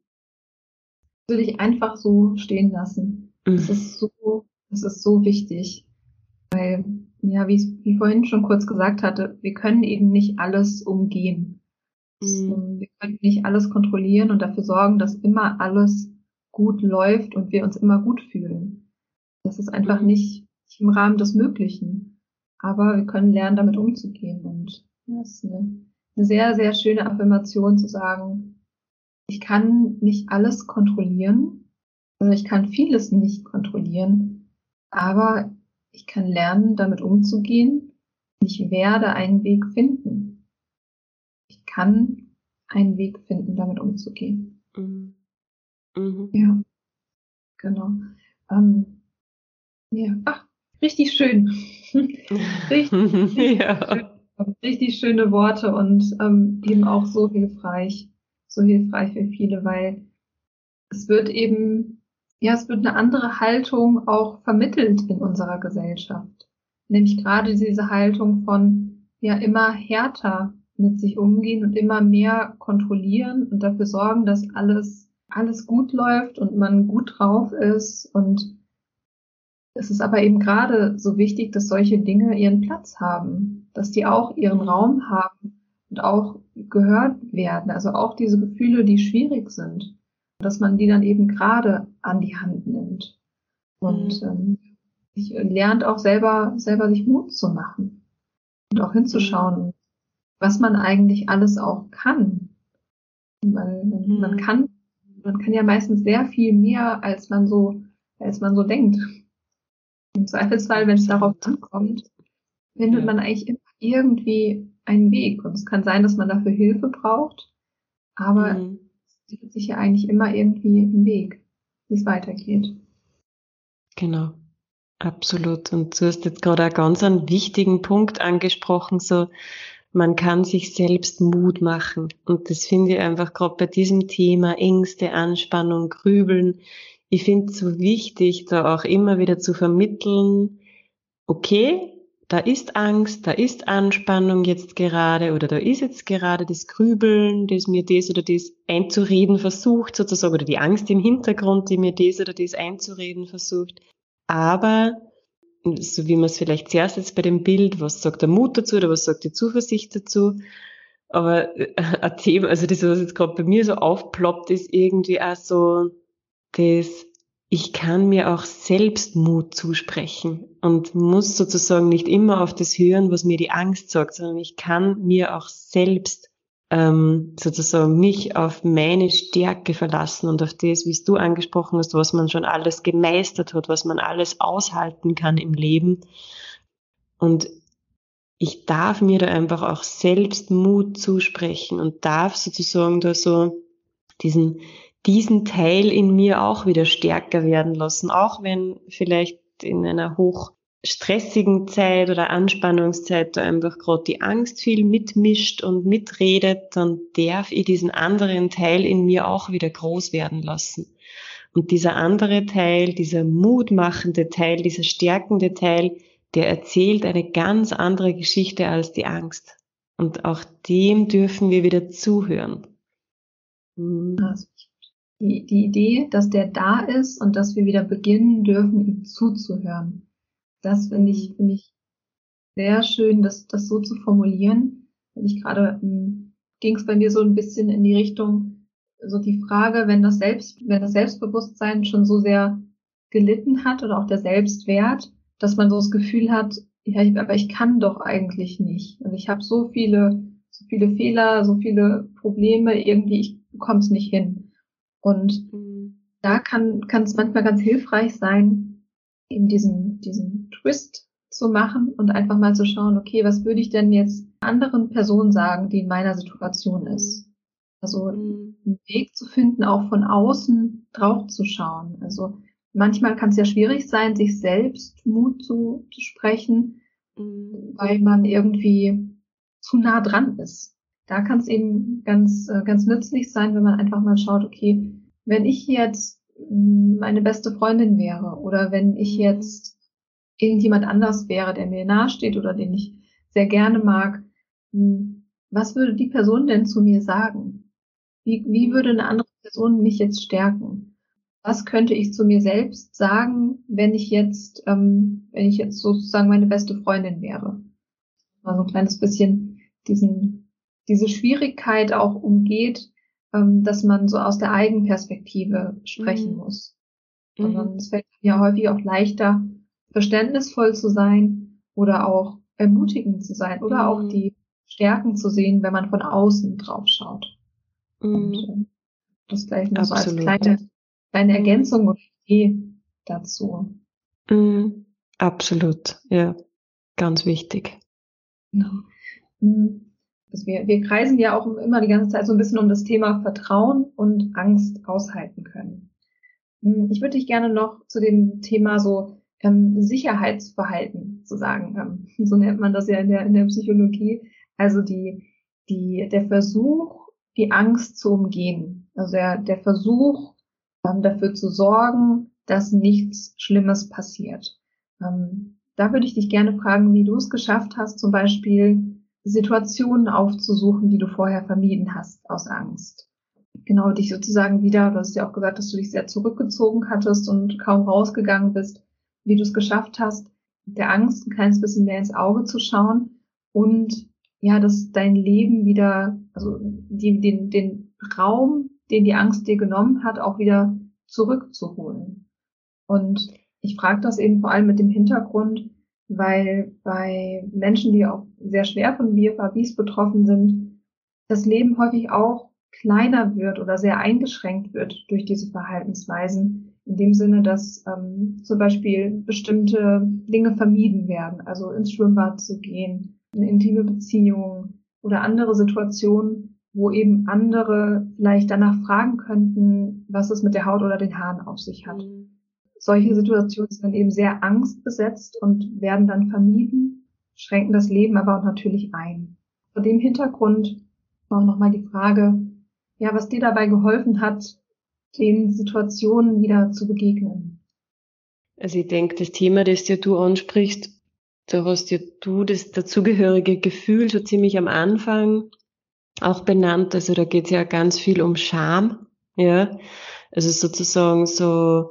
Würde ich einfach so stehen lassen. Mhm. Das ist so, das ist so wichtig. Weil, ja, wie ich wie vorhin schon kurz gesagt hatte, wir können eben nicht alles umgehen. Mhm. Wir können nicht alles kontrollieren und dafür sorgen, dass immer alles gut läuft und wir uns immer gut fühlen. Das ist einfach mhm. nicht im Rahmen des Möglichen. Aber wir können lernen, damit umzugehen. Und ja, es ist eine, eine sehr, sehr schöne Affirmation zu sagen, ich kann nicht alles kontrollieren, also ich kann vieles nicht kontrollieren, aber ich kann lernen, damit umzugehen. Ich werde einen Weg finden. Ich kann einen Weg finden, damit umzugehen. Mhm. Mhm. Ja, genau. Ähm, ja, ach, richtig schön. richtig, richtig, ja. schön, richtig schöne Worte und ähm, eben auch so hilfreich, so hilfreich für viele, weil es wird eben, ja, es wird eine andere Haltung auch vermittelt in unserer Gesellschaft. Nämlich gerade diese Haltung von, ja immer härter mit sich umgehen und immer mehr kontrollieren und dafür sorgen, dass alles, alles gut läuft und man gut drauf ist. Und es ist aber eben gerade so wichtig, dass solche Dinge ihren Platz haben, dass die auch ihren Raum haben und auch gehört werden. Also auch diese Gefühle, die schwierig sind, dass man die dann eben gerade an die Hand nimmt und mhm. ähm, ich, lernt auch selber, selber sich Mut zu machen und auch hinzuschauen, mhm. was man eigentlich alles auch kann. Weil mhm. man kann, man kann ja meistens sehr viel mehr, als man so, als man so denkt. Im Zweifelsfall, wenn es darauf ankommt, findet ja. man eigentlich immer irgendwie einen Weg. Und es kann sein, dass man dafür Hilfe braucht, aber mhm. es findet sich ja eigentlich immer irgendwie einen Weg, wie es weitergeht. Genau, absolut. Und du hast jetzt gerade einen ganz einen wichtigen Punkt angesprochen, so man kann sich selbst Mut machen. Und das finde ich einfach gerade bei diesem Thema Ängste, Anspannung, Grübeln, ich finde es so wichtig, da auch immer wieder zu vermitteln, okay, da ist Angst, da ist Anspannung jetzt gerade oder da ist jetzt gerade das Grübeln, das mir das oder das einzureden versucht sozusagen, oder die Angst im Hintergrund, die mir das oder das einzureden versucht. Aber, so wie man es vielleicht zuerst jetzt bei dem Bild, was sagt der Mut dazu oder was sagt die Zuversicht dazu, aber ein Thema, also das, was jetzt gerade bei mir so aufploppt, ist irgendwie auch so, das, ich kann mir auch selbst Mut zusprechen und muss sozusagen nicht immer auf das hören, was mir die Angst sagt, sondern ich kann mir auch selbst ähm, sozusagen mich auf meine Stärke verlassen und auf das, wie es du angesprochen hast, was man schon alles gemeistert hat, was man alles aushalten kann im Leben. Und ich darf mir da einfach auch selbst Mut zusprechen und darf sozusagen da so diesen diesen Teil in mir auch wieder stärker werden lassen, auch wenn vielleicht in einer hoch stressigen Zeit oder Anspannungszeit da einfach gerade die Angst viel mitmischt und mitredet, dann darf ich diesen anderen Teil in mir auch wieder groß werden lassen. Und dieser andere Teil, dieser mutmachende Teil, dieser stärkende Teil, der erzählt eine ganz andere Geschichte als die Angst. Und auch dem dürfen wir wieder zuhören. Also die, die Idee, dass der da ist und dass wir wieder beginnen dürfen, ihm zuzuhören. Das finde ich, finde ich sehr schön, das, das so zu formulieren. Wenn ich gerade, ging es bei mir so ein bisschen in die Richtung, so die Frage, wenn das Selbst, wenn das Selbstbewusstsein schon so sehr gelitten hat oder auch der Selbstwert, dass man so das Gefühl hat, ja, ich, aber ich kann doch eigentlich nicht. Und ich habe so viele, so viele Fehler, so viele Probleme, irgendwie, ich bekomme es nicht hin. Und mhm. da kann kann es manchmal ganz hilfreich sein, eben diesen diesen Twist zu machen und einfach mal zu schauen, okay, was würde ich denn jetzt anderen Personen sagen, die in meiner Situation ist? Also mhm. einen Weg zu finden, auch von außen drauf zu schauen. Also manchmal kann es ja schwierig sein, sich selbst Mut zu, zu sprechen, mhm. weil man irgendwie zu nah dran ist. Da kann es eben ganz, ganz nützlich sein, wenn man einfach mal schaut, okay, wenn ich jetzt meine beste Freundin wäre oder wenn ich jetzt irgendjemand anders wäre, der mir nahesteht oder den ich sehr gerne mag, was würde die Person denn zu mir sagen? Wie, wie würde eine andere Person mich jetzt stärken? Was könnte ich zu mir selbst sagen, wenn ich jetzt, ähm, wenn ich jetzt sozusagen meine beste Freundin wäre? Mal so ein kleines bisschen diesen diese Schwierigkeit auch umgeht, ähm, dass man so aus der Eigenperspektive sprechen mhm. muss. Sondern mhm. es fällt ja häufig auch leichter, verständnisvoll zu sein oder auch ermutigend zu sein oder mhm. auch die Stärken zu sehen, wenn man von außen drauf schaut. Mhm. Und äh, das gleich noch Absolut. so als kleine, kleine mhm. Ergänzung oder Idee dazu. Mhm. Absolut, ja, ganz wichtig. Genau. Mhm. Also wir, wir kreisen ja auch immer die ganze Zeit so ein bisschen um das Thema Vertrauen und Angst aushalten können. Ich würde dich gerne noch zu dem Thema so ähm, Sicherheitsverhalten zu sagen, ähm, so nennt man das ja in der, in der Psychologie, also die, die, der Versuch, die Angst zu umgehen, also der, der Versuch, ähm, dafür zu sorgen, dass nichts Schlimmes passiert. Ähm, da würde ich dich gerne fragen, wie du es geschafft hast, zum Beispiel Situationen aufzusuchen, die du vorher vermieden hast aus Angst. Genau, dich sozusagen wieder, du hast ja auch gesagt, dass du dich sehr zurückgezogen hattest und kaum rausgegangen bist, wie du es geschafft hast, der Angst ein kleines bisschen mehr ins Auge zu schauen und ja, dass dein Leben wieder, also die, den, den Raum, den die Angst dir genommen hat, auch wieder zurückzuholen. Und ich frage das eben vor allem mit dem Hintergrund, weil bei Menschen, die auch sehr schwer von V F A Bs betroffen sind, das Leben häufig auch kleiner wird oder sehr eingeschränkt wird durch diese Verhaltensweisen, in dem Sinne, dass ähm, zum Beispiel bestimmte Dinge vermieden werden, also ins Schwimmbad zu gehen, eine intime Beziehung oder andere Situationen, wo eben andere vielleicht danach fragen könnten, was es mit der Haut oder den Haaren auf sich hat. Mhm. Solche Situationen sind dann eben sehr angstbesetzt und werden dann vermieden, schränken das Leben aber auch natürlich ein. Vor dem Hintergrund auch nochmal die Frage, ja, was dir dabei geholfen hat, den Situationen wieder zu begegnen. Also ich denke, das Thema, das dir du ansprichst, da hast ja du das dazugehörige Gefühl schon ziemlich am Anfang auch benannt. Also da geht es ja ganz viel um Scham, ja. Also sozusagen so,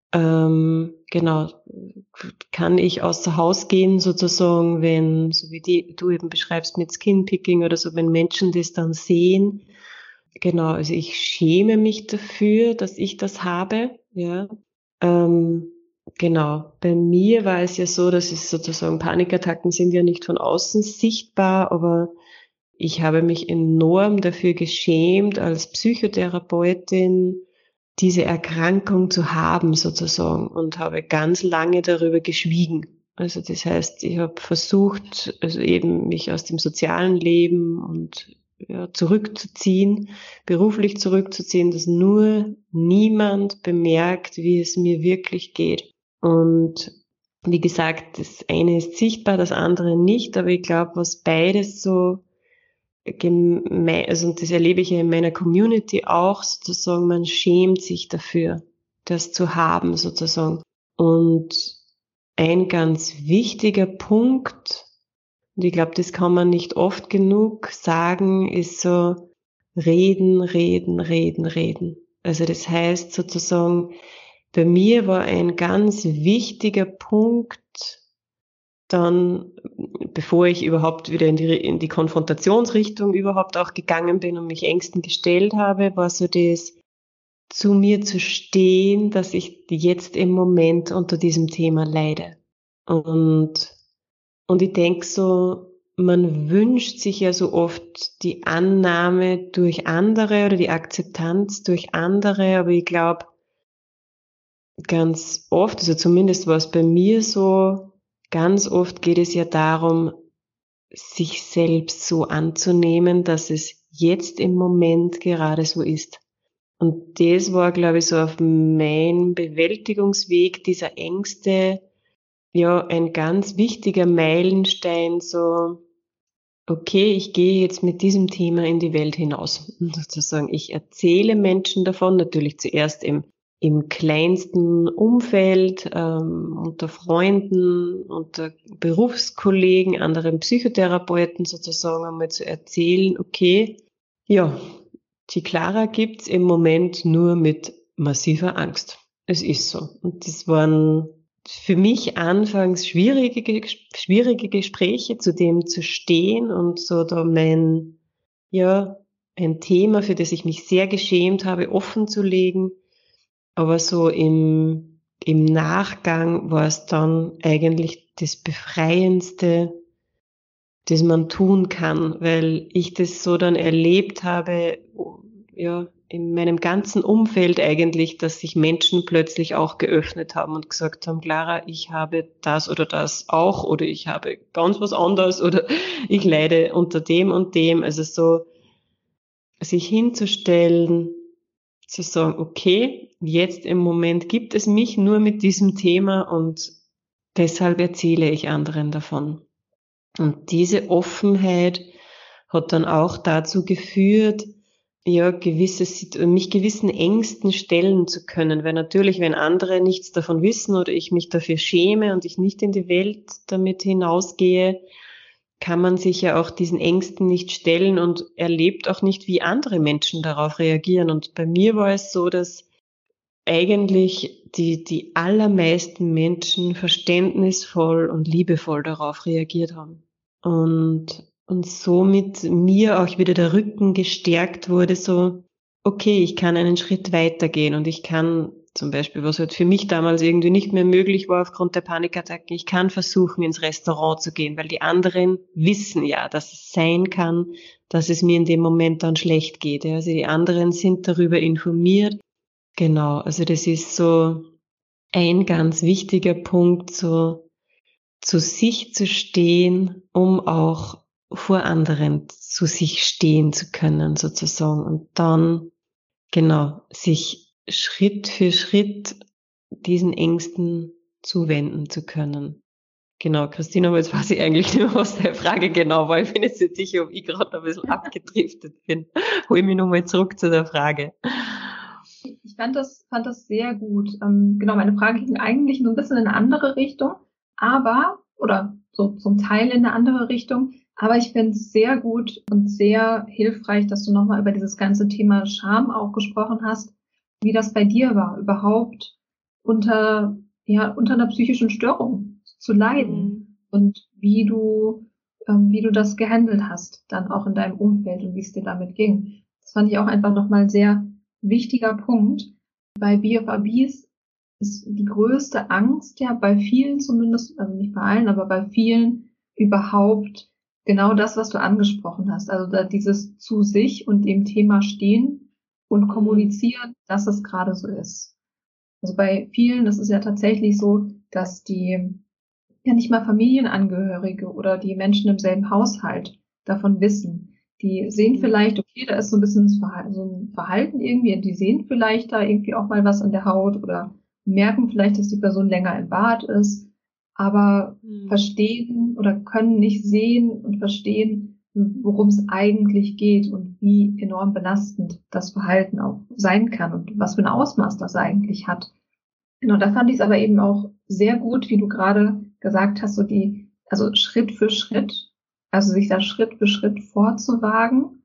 ähm, genau, kann ich außer Haus gehen sozusagen, wenn, so wie die, du eben beschreibst mit Skinpicking oder so, wenn Menschen das dann sehen. Genau, also ich schäme mich dafür, dass ich das habe, ja. Ähm, genau, bei mir war es ja so, dass es sozusagen Panikattacken sind ja nicht von außen sichtbar, aber ich habe mich enorm dafür geschämt, als Psychotherapeutin diese Erkrankung zu haben sozusagen und habe ganz lange darüber geschwiegen. Also das heißt, ich habe versucht, also eben mich aus dem sozialen Leben und ja, zurückzuziehen, beruflich zurückzuziehen, dass nur niemand bemerkt, wie es mir wirklich geht. Und wie gesagt, das eine ist sichtbar, das andere nicht, aber ich glaube, was beides so gemein, also das erlebe ich ja in meiner Community auch, sozusagen, man schämt sich dafür, das zu haben, sozusagen. Und ein ganz wichtiger Punkt, und ich glaube, das kann man nicht oft genug sagen, ist so reden, reden, reden, reden. Also das heißt sozusagen, bei mir war ein ganz wichtiger Punkt, dann, bevor ich überhaupt wieder in die, in die Konfrontationsrichtung überhaupt auch gegangen bin und mich Ängsten gestellt habe, war so das, zu mir zu stehen, dass ich jetzt im Moment unter diesem Thema leide. Und Und ich denke so, man wünscht sich ja so oft die Annahme durch andere oder die Akzeptanz durch andere, aber ich glaube, ganz oft, also zumindest war es bei mir so, ganz oft geht es ja darum, sich selbst so anzunehmen, dass es jetzt im Moment gerade so ist. Und das war, glaube ich, so auf meinem Bewältigungsweg dieser Ängste, ja, ein ganz wichtiger Meilenstein, so, okay, ich gehe jetzt mit diesem Thema in die Welt hinaus. Und sozusagen, ich erzähle Menschen davon, natürlich zuerst im, im kleinsten Umfeld, ähm, unter Freunden, unter Berufskollegen, anderen Psychotherapeuten sozusagen, einmal zu erzählen, okay, ja, die Clara gibt's im Moment nur mit massiver Angst. Es ist so. Und das waren für mich anfangs schwierige, schwierige Gespräche, zu dem zu stehen und so da mein, ja, ein Thema, für das ich mich sehr geschämt habe, offen zu legen. Aber so im, im Nachgang war es dann eigentlich das Befreiendste, das man tun kann, weil ich das so dann erlebt habe, ja, in meinem ganzen Umfeld eigentlich, dass sich Menschen plötzlich auch geöffnet haben und gesagt haben, Clara, ich habe das oder das auch oder ich habe ganz was anderes oder ich leide unter dem und dem. Also so sich hinzustellen, zu sagen, okay, jetzt im Moment gibt es mich nur mit diesem Thema und deshalb erzähle ich anderen davon. Und diese Offenheit hat dann auch dazu geführt, ja, gewisse, mich gewissen Ängsten stellen zu können, weil natürlich, wenn andere nichts davon wissen oder ich mich dafür schäme und ich nicht in die Welt damit hinausgehe, kann man sich ja auch diesen Ängsten nicht stellen und erlebt auch nicht, wie andere Menschen darauf reagieren. Und bei mir war es so, dass eigentlich die, die allermeisten Menschen verständnisvoll und liebevoll darauf reagiert haben. Und, und somit mir auch wieder der Rücken gestärkt wurde, so, okay, ich kann einen Schritt weitergehen und ich kann zum Beispiel, was halt für mich damals irgendwie nicht mehr möglich war aufgrund der Panikattacken, ich kann versuchen, ins Restaurant zu gehen, weil die anderen wissen ja, dass es sein kann, dass es mir in dem Moment dann schlecht geht. Also die anderen sind darüber informiert. Genau, also das ist so ein ganz wichtiger Punkt, so zu sich zu stehen, um auch vor anderen zu sich stehen zu können, sozusagen. Und dann, genau, sich Schritt für Schritt diesen Ängsten zuwenden zu können. Genau, Christina, aber jetzt weiß ich eigentlich nicht mehr, was deine Frage genau war. Ich bin jetzt nicht sicher, ob ich gerade ein bisschen abgedriftet bin. Hol mich nochmal zurück zu der Frage. Ich fand das, fand das sehr gut. Ähm, genau, meine Frage ging eigentlich nur ein bisschen in eine andere Richtung, aber, oder so zum Teil in eine andere Richtung, aber ich finde es sehr gut und sehr hilfreich, dass du nochmal über dieses ganze Thema Scham auch gesprochen hast, wie das bei dir war, überhaupt unter, ja, unter einer psychischen Störung zu leiden mhm. und wie du, ähm, wie du das gehandelt hast, dann auch in deinem Umfeld und wie es dir damit ging. Das fand ich auch einfach nochmal sehr wichtiger Punkt. Bei B F A Bs ist die größte Angst ja bei vielen zumindest, also nicht bei allen, aber bei vielen überhaupt genau das, was du angesprochen hast. Also da dieses zu sich und dem Thema stehen und kommunizieren, dass es gerade so ist. Also bei vielen, das ist ja tatsächlich so, dass die ja nicht mal Familienangehörige oder die Menschen im selben Haushalt davon wissen. Die sehen vielleicht, okay, da ist so ein bisschen so ein Verhalten irgendwie, die sehen vielleicht da irgendwie auch mal was an der Haut oder merken vielleicht, dass die Person länger im Bad ist, aber mhm. verstehen oder können nicht sehen und verstehen, worum es eigentlich geht und wie enorm belastend das Verhalten auch sein kann und was für ein Ausmaß das eigentlich hat. Genau, da fand ich es aber eben auch sehr gut, wie du gerade gesagt hast, so die, also Schritt für Schritt, also sich da Schritt für Schritt vorzuwagen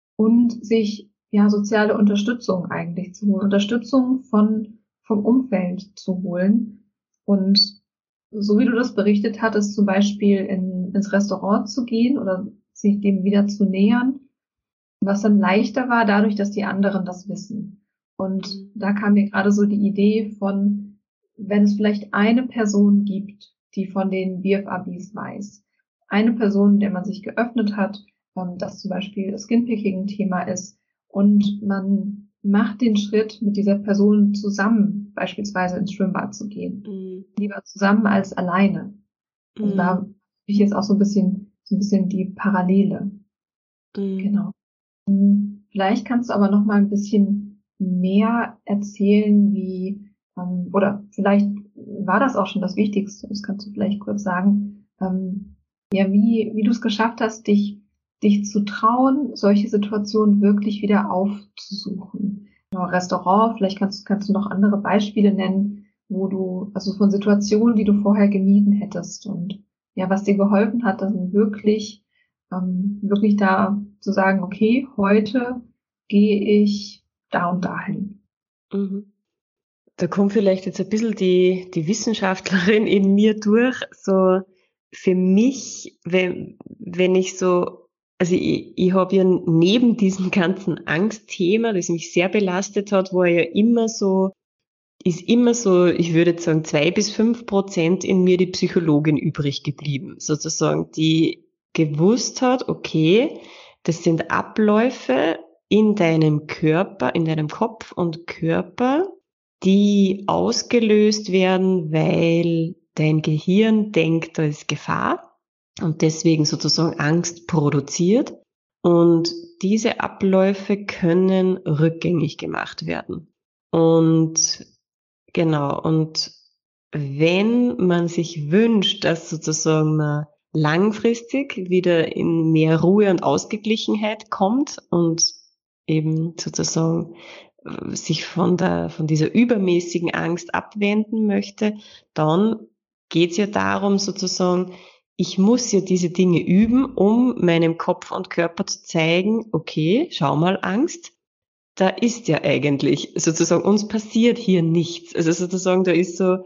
und sich ja soziale Unterstützung eigentlich zu holen, Unterstützung von vom Umfeld zu holen. Und so wie du das berichtet hattest, zum Beispiel in, ins Restaurant zu gehen oder sich dem wieder zu nähern, was dann leichter war, dadurch, dass die anderen das wissen. Und da kam mir gerade so die Idee von, wenn es vielleicht eine Person gibt, die von den B F A Bs weiß, eine Person, der man sich geöffnet hat, dass zum Beispiel das Skinpicking ein Thema ist und man macht den Schritt, mit dieser Person zusammen beispielsweise ins Schwimmbad zu gehen. Mhm. Lieber zusammen als alleine. Also mhm. da habe ich jetzt auch so ein bisschen, so ein bisschen die Parallele. Mhm. Genau. Vielleicht kannst du aber noch mal ein bisschen mehr erzählen, wie, ähm, oder vielleicht war das auch schon das Wichtigste, das kannst du vielleicht kurz sagen, ähm, ja, wie, wie du es geschafft hast, dich, dich zu trauen, solche Situationen wirklich wieder aufzusuchen. Genau, Restaurant, vielleicht kannst, kannst du noch andere Beispiele nennen, wo du, also von Situationen, die du vorher gemieden hättest und ja, was dir geholfen hat, dann wirklich, ähm, wirklich da zu sagen, okay, heute gehe ich da und dahin. Mhm. Da kommt vielleicht jetzt ein bisschen die, die Wissenschaftlerin in mir durch, so, für mich, wenn, wenn ich so, also ich, ich habe ja neben diesem ganzen Angstthema, das mich sehr belastet hat, war ja immer so, ist immer so, ich würde jetzt sagen, zwei bis fünf Prozent in mir die Psychologin übrig geblieben, sozusagen, die gewusst hat, okay, das sind Abläufe in deinem Körper, in deinem Kopf und Körper, die ausgelöst werden, weil dein Gehirn denkt, da ist Gefahr und deswegen sozusagen Angst produziert. Und diese Abläufe können rückgängig gemacht werden. Und genau, und wenn man sich wünscht, dass sozusagen man langfristig wieder in mehr Ruhe und Ausgeglichenheit kommt und eben sozusagen sich von der, von dieser übermäßigen Angst abwenden möchte, dann geht es ja darum, sozusagen ich muss ja diese Dinge üben, um meinem Kopf und Körper zu zeigen, okay, schau mal, Angst, da ist ja eigentlich sozusagen, uns passiert hier nichts. Also sozusagen, da ist so,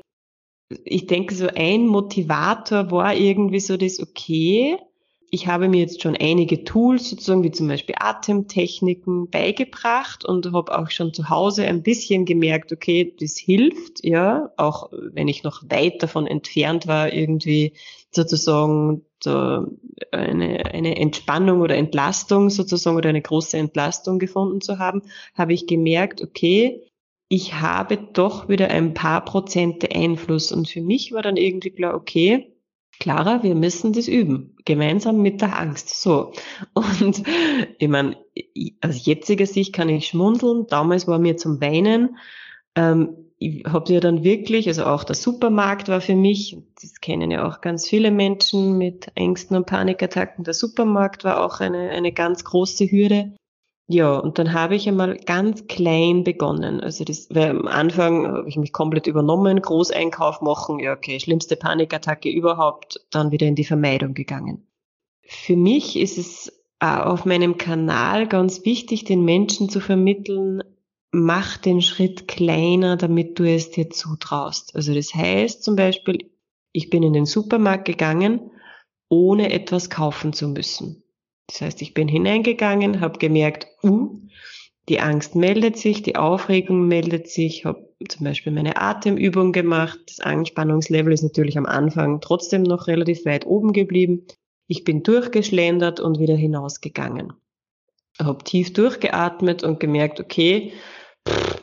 ich denke, so ein Motivator war irgendwie so das, okay, ich habe mir jetzt schon einige Tools, sozusagen wie zum Beispiel Atemtechniken, beigebracht und habe auch schon zu Hause ein bisschen gemerkt, okay, das hilft, ja, auch wenn ich noch weit davon entfernt war, irgendwie sozusagen so eine, eine Entspannung oder Entlastung sozusagen oder eine große Entlastung gefunden zu haben, habe ich gemerkt, okay, ich habe doch wieder ein paar Prozente Einfluss. Und für mich war dann irgendwie klar, okay, Clara, wir müssen das üben, gemeinsam mit der Angst. So. Und ich meine, aus jetziger Sicht kann ich schmunzeln. Damals war mir zum Weinen. Ähm, ich habe ja dann wirklich, also auch der Supermarkt war für mich, das kennen ja auch ganz viele Menschen mit Ängsten und Panikattacken, der Supermarkt war auch eine, eine ganz große Hürde. Ja, und dann habe ich einmal ganz klein begonnen. Also das, weil am Anfang habe ich mich komplett übernommen, Großeinkauf machen, ja okay, schlimmste Panikattacke überhaupt, dann wieder in die Vermeidung gegangen. Für mich ist es auch auf meinem Kanal ganz wichtig, den Menschen zu vermitteln, mach den Schritt kleiner, damit du es dir zutraust. Also das heißt zum Beispiel, ich bin in den Supermarkt gegangen, ohne etwas kaufen zu müssen. Das heißt, ich bin hineingegangen, habe gemerkt, uh, die Angst meldet sich, die Aufregung meldet sich, habe zum Beispiel meine Atemübung gemacht. Das Anspannungslevel ist natürlich am Anfang trotzdem noch relativ weit oben geblieben. Ich bin durchgeschlendert und wieder hinausgegangen. Habe tief durchgeatmet und gemerkt, okay, pff,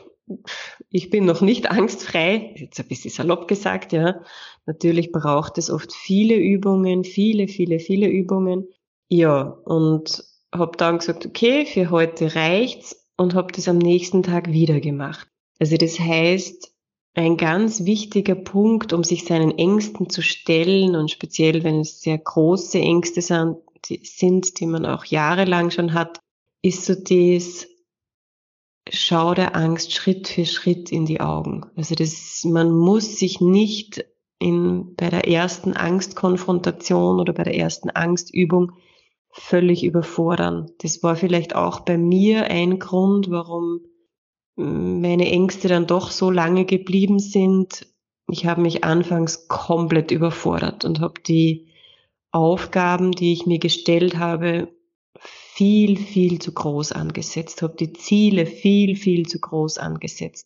ich bin noch nicht angstfrei, jetzt ein bisschen salopp gesagt, ja. Natürlich braucht es oft viele Übungen, viele, viele, viele Übungen. Ja, und habe dann gesagt, okay, für heute reicht's und habe das am nächsten Tag wieder gemacht. Also das heißt, ein ganz wichtiger Punkt, um sich seinen Ängsten zu stellen und speziell, wenn es sehr große Ängste sind, die, sind, die man auch jahrelang schon hat, ist so das, schau der Angst Schritt für Schritt in die Augen. Also das, man muss sich nicht in, bei der ersten Angstkonfrontation oder bei der ersten Angstübung völlig überfordern. Das war vielleicht auch bei mir ein Grund, warum meine Ängste dann doch so lange geblieben sind. Ich habe mich anfangs komplett überfordert und habe die Aufgaben, die ich mir gestellt habe, viel, viel zu groß angesetzt, habe die Ziele viel, viel zu groß angesetzt.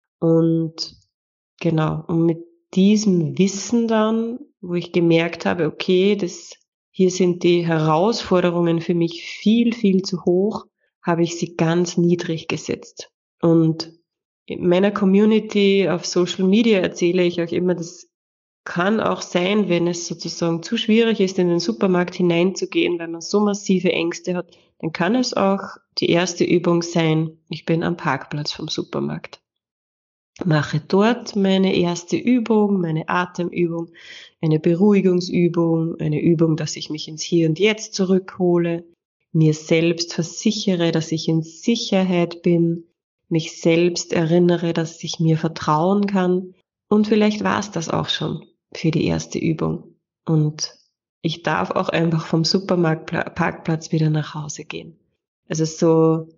Und genau, und mit diesem Wissen dann, wo ich gemerkt habe, okay, das hier sind die Herausforderungen für mich viel, viel zu hoch, habe ich sie ganz niedrig gesetzt. Und in meiner Community auf Social Media erzähle ich auch immer, das kann auch sein, wenn es sozusagen zu schwierig ist, in den Supermarkt hineinzugehen, weil man so massive Ängste hat, dann kann es auch die erste Übung sein, ich bin am Parkplatz vom Supermarkt. Mache dort meine erste Übung, meine Atemübung, eine Beruhigungsübung, eine Übung, dass ich mich ins Hier und Jetzt zurückhole, mir selbst versichere, dass ich in Sicherheit bin, mich selbst erinnere, dass ich mir vertrauen kann. Und vielleicht war es das auch schon für die erste Übung. Und ich darf auch einfach vom Supermarktparkplatz wieder nach Hause gehen. Also so,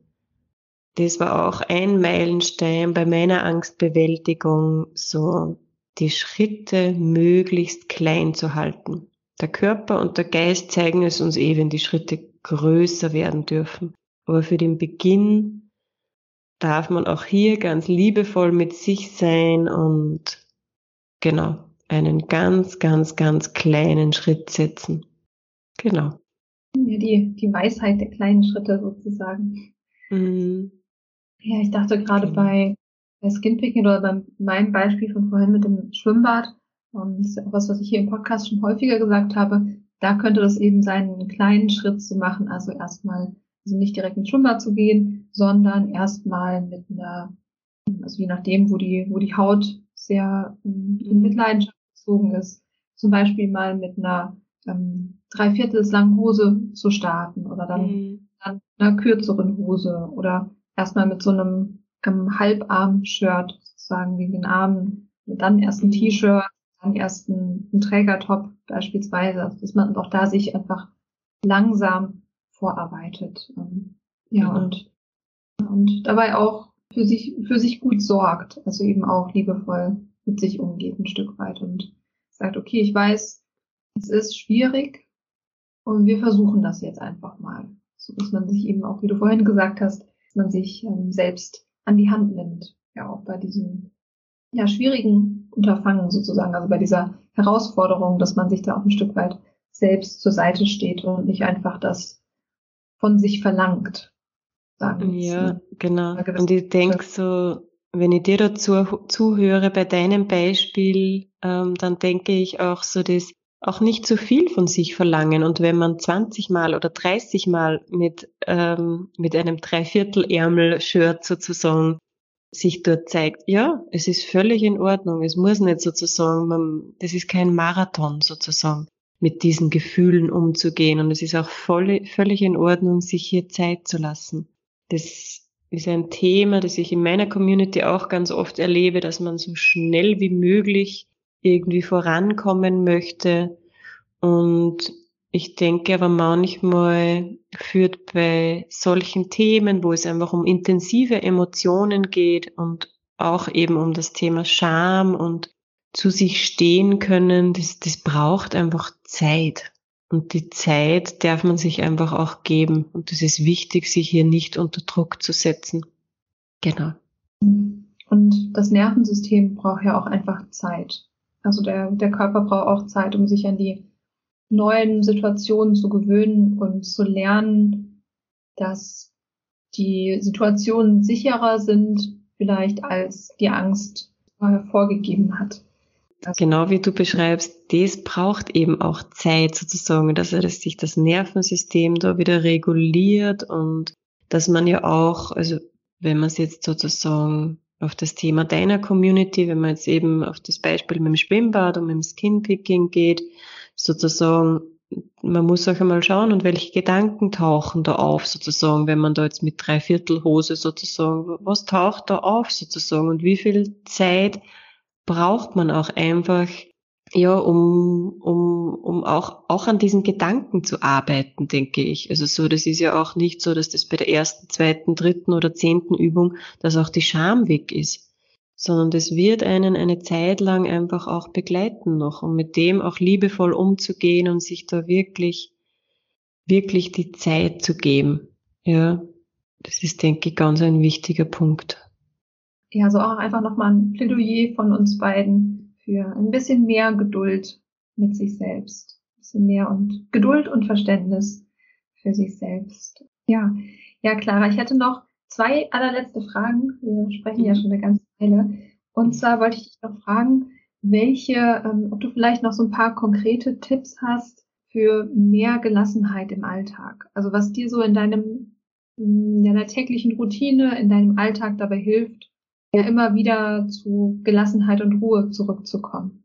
das war auch ein Meilenstein bei meiner Angstbewältigung, so die Schritte möglichst klein zu halten. Der Körper und der Geist zeigen es uns eh, wenn die Schritte größer werden dürfen. Aber für den Beginn darf man auch hier ganz liebevoll mit sich sein und genau, einen ganz, ganz, ganz kleinen Schritt setzen. Genau. Ja, die, die Weisheit der kleinen Schritte sozusagen. Mhm. Ja, ich dachte gerade Genau. bei, bei Skinpicking oder bei meinem Beispiel von vorhin mit dem Schwimmbad, und das ist auch was, was ich hier im Podcast schon häufiger gesagt habe, da könnte das eben sein, einen kleinen Schritt zu machen, also erstmal, also nicht direkt ins Schwimmbad zu gehen, sondern erstmal mit einer, also je nachdem, wo die, wo die Haut sehr ähm, in Mitleidenschaft gezogen ist, zum Beispiel mal mit einer ähm, Dreiviertels langen Hose zu starten oder dann, Mhm. dann einer kürzeren Hose oder erstmal mit so einem, einem Halbarm-Shirt sozusagen wegen den Armen und dann erst ein Mhm. T-Shirt, dann erst ein, ein Trägertop beispielsweise, also dass man auch da sich einfach langsam vorarbeitet. Ähm, ja, Genau. und, und dabei auch für sich, für sich gut sorgt, also eben auch liebevoll mit sich umgeht ein Stück weit und sagt, okay, ich weiß, es ist schwierig und wir versuchen das jetzt einfach mal. So dass man sich eben auch, wie du vorhin gesagt hast, dass man sich ähm, selbst an die Hand nimmt. Ja, auch bei diesem ja, schwierigen Unterfangen sozusagen, also bei dieser Herausforderung, dass man sich da auch ein Stück weit selbst zur Seite steht und nicht einfach das von sich verlangt, sagen wir Ja, es. genau. Und ich denke so, wenn ich dir dazu zuhöre bei deinem Beispiel, ähm, dann denke ich auch so, das auch nicht zu viel von sich verlangen. Und wenn man zwanzig Mal oder dreißig Mal mit, ähm, mit einem Dreiviertel-Ärmel-Shirt sozusagen sich dort zeigt, ja, es ist völlig in Ordnung. Es muss nicht sozusagen, man, das ist kein Marathon sozusagen, mit diesen Gefühlen umzugehen. Und es ist auch voll, völlig in Ordnung, sich hier Zeit zu lassen. Das ist ein Thema, das ich in meiner Community auch ganz oft erlebe, dass man so schnell wie möglich irgendwie vorankommen möchte. Und ich denke aber manchmal führt bei solchen Themen, wo es einfach um intensive Emotionen geht und auch eben um das Thema Scham und zu sich stehen können, das, das braucht einfach Zeit. Und die Zeit darf man sich einfach auch geben. Und es ist wichtig, sich hier nicht unter Druck zu setzen. Genau. Und das Nervensystem braucht ja auch einfach Zeit. Also der, der Körper braucht auch Zeit, um sich an die neuen Situationen zu gewöhnen und zu lernen, dass die Situationen sicherer sind, vielleicht als die Angst äh, vorgegeben hat. Also genau wie du beschreibst, das braucht eben auch Zeit sozusagen, dass er dass sich das Nervensystem da wieder reguliert und dass man ja auch, also wenn man es jetzt sozusagen auf das Thema deiner Community, wenn man jetzt eben auf das Beispiel mit dem Schwimmbad und mit dem Skinpicking geht, sozusagen, man muss auch einmal schauen, und welche Gedanken tauchen da auf sozusagen, wenn man da jetzt mit Dreiviertelhose sozusagen, was taucht da auf sozusagen und wie viel Zeit braucht man auch einfach, ja, um, um, um auch, auch an diesen Gedanken zu arbeiten, denke ich. Also so, das ist ja auch nicht so, dass das bei der ersten, zweiten, dritten oder zehnten Übung, dass auch die Scham weg ist, sondern das wird einen eine Zeit lang einfach auch begleiten noch, um mit dem auch liebevoll umzugehen und sich da wirklich, wirklich die Zeit zu geben. Ja, das ist, denke ich, ganz ein wichtiger Punkt. Ja, so auch einfach nochmal ein Plädoyer von uns beiden für ein bisschen mehr Geduld mit sich selbst. Ein bisschen mehr und Geduld und Verständnis für sich selbst. Ja, ja, Clara, ich hätte noch zwei allerletzte Fragen. Wir sprechen ja schon eine ganze Weile. Und zwar wollte ich dich noch fragen, welche, ähm, ob du vielleicht noch so ein paar konkrete Tipps hast für mehr Gelassenheit im Alltag. Also was dir so in deinem, in deiner täglichen Routine, in deinem Alltag dabei hilft, ja immer wieder zu Gelassenheit und Ruhe zurückzukommen.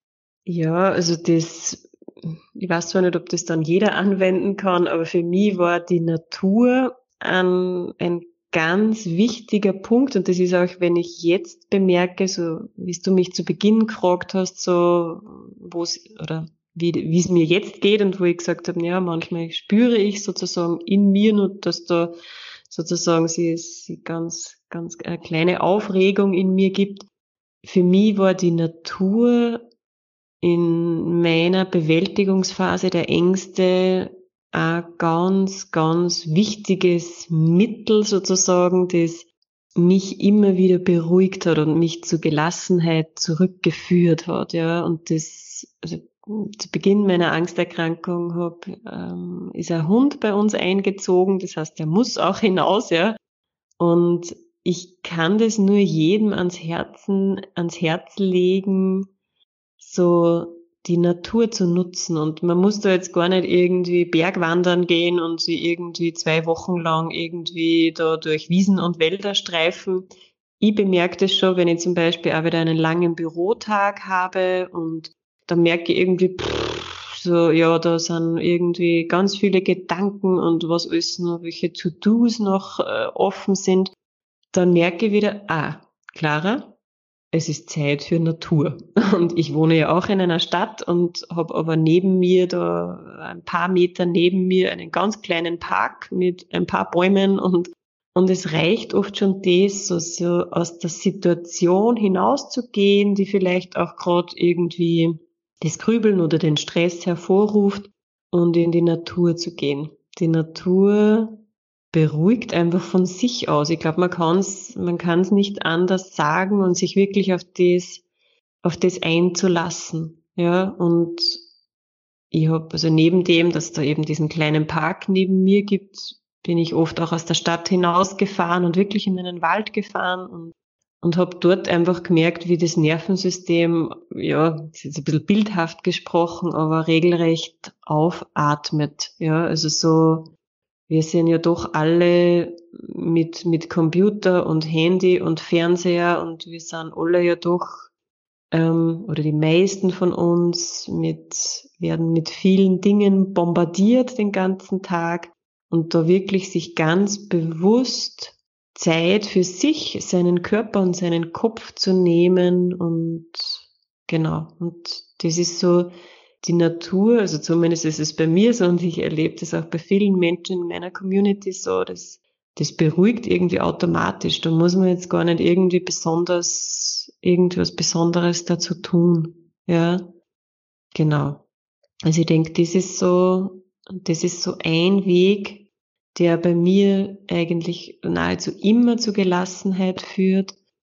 Ja, also das, ich weiß zwar nicht, ob das dann jeder anwenden kann, aber für mich war die Natur ein, ein ganz wichtiger Punkt, und das ist auch, wenn ich jetzt bemerke, so wie du mich zu Beginn gefragt hast, so wo es oder wie wie es mir jetzt geht und wo ich gesagt habe, ja, manchmal spüre ich sozusagen in mir nur, dass da sozusagen sie, sie ganz ganz eine kleine Aufregung in mir gibt. Für mich war die Natur in meiner Bewältigungsphase der Ängste ein ganz, ganz wichtiges Mittel sozusagen, das mich immer wieder beruhigt hat und mich zur Gelassenheit zurückgeführt hat, ja. Und das, also zu Beginn meiner Angsterkrankung hab, ähm, ist ein Hund bei uns eingezogen, das heißt, der muss auch hinaus, ja. Und ich kann das nur jedem ans Herzen, ans Herz legen, so die Natur zu nutzen. Und man muss da jetzt gar nicht irgendwie Bergwandern gehen und sie irgendwie zwei Wochen lang irgendwie da durch Wiesen und Wälder streifen. Ich bemerke das schon, wenn ich zum Beispiel auch wieder einen langen Bürotag habe und dann merke ich irgendwie, pff, so, ja, da sind irgendwie ganz viele Gedanken und was alles noch, welche To-Dos noch äh, offen sind. Dann merke ich wieder, ah, Clara, es ist Zeit für Natur. Und ich wohne ja auch in einer Stadt und habe aber neben mir, da ein paar Meter neben mir, einen ganz kleinen Park mit ein paar Bäumen und und es reicht oft schon das, so, so aus der Situation hinauszugehen, die vielleicht auch gerade irgendwie das Grübeln oder den Stress hervorruft und in die Natur zu gehen. Die Natur beruhigt einfach von sich aus. Ich glaube, man kann es man kann's nicht anders sagen und sich wirklich auf das, auf das einzulassen. Ja, und ich habe also neben dem, dass da eben diesen kleinen Park neben mir gibt, bin ich oft auch aus der Stadt hinausgefahren und wirklich in einen Wald gefahren und, und habe dort einfach gemerkt, wie das Nervensystem, ja, das ist jetzt ein bisschen bildhaft gesprochen, aber regelrecht aufatmet. Ja, also so, wir sind ja doch alle mit, mit Computer und Handy und Fernseher und wir sind alle ja doch, ähm, oder die meisten von uns mit, werden mit vielen Dingen bombardiert den ganzen Tag. Und da wirklich sich ganz bewusst Zeit für sich, seinen Körper und seinen Kopf zu nehmen und genau. Und das ist so die Natur, also zumindest ist es bei mir so und ich erlebe das auch bei vielen Menschen in meiner Community so, dass das beruhigt irgendwie automatisch. Da muss man jetzt gar nicht irgendwie besonders, irgendwas Besonderes dazu tun. Ja, genau. Also ich denke, das ist so, das ist so ein Weg, der bei mir eigentlich nahezu immer zu Gelassenheit führt.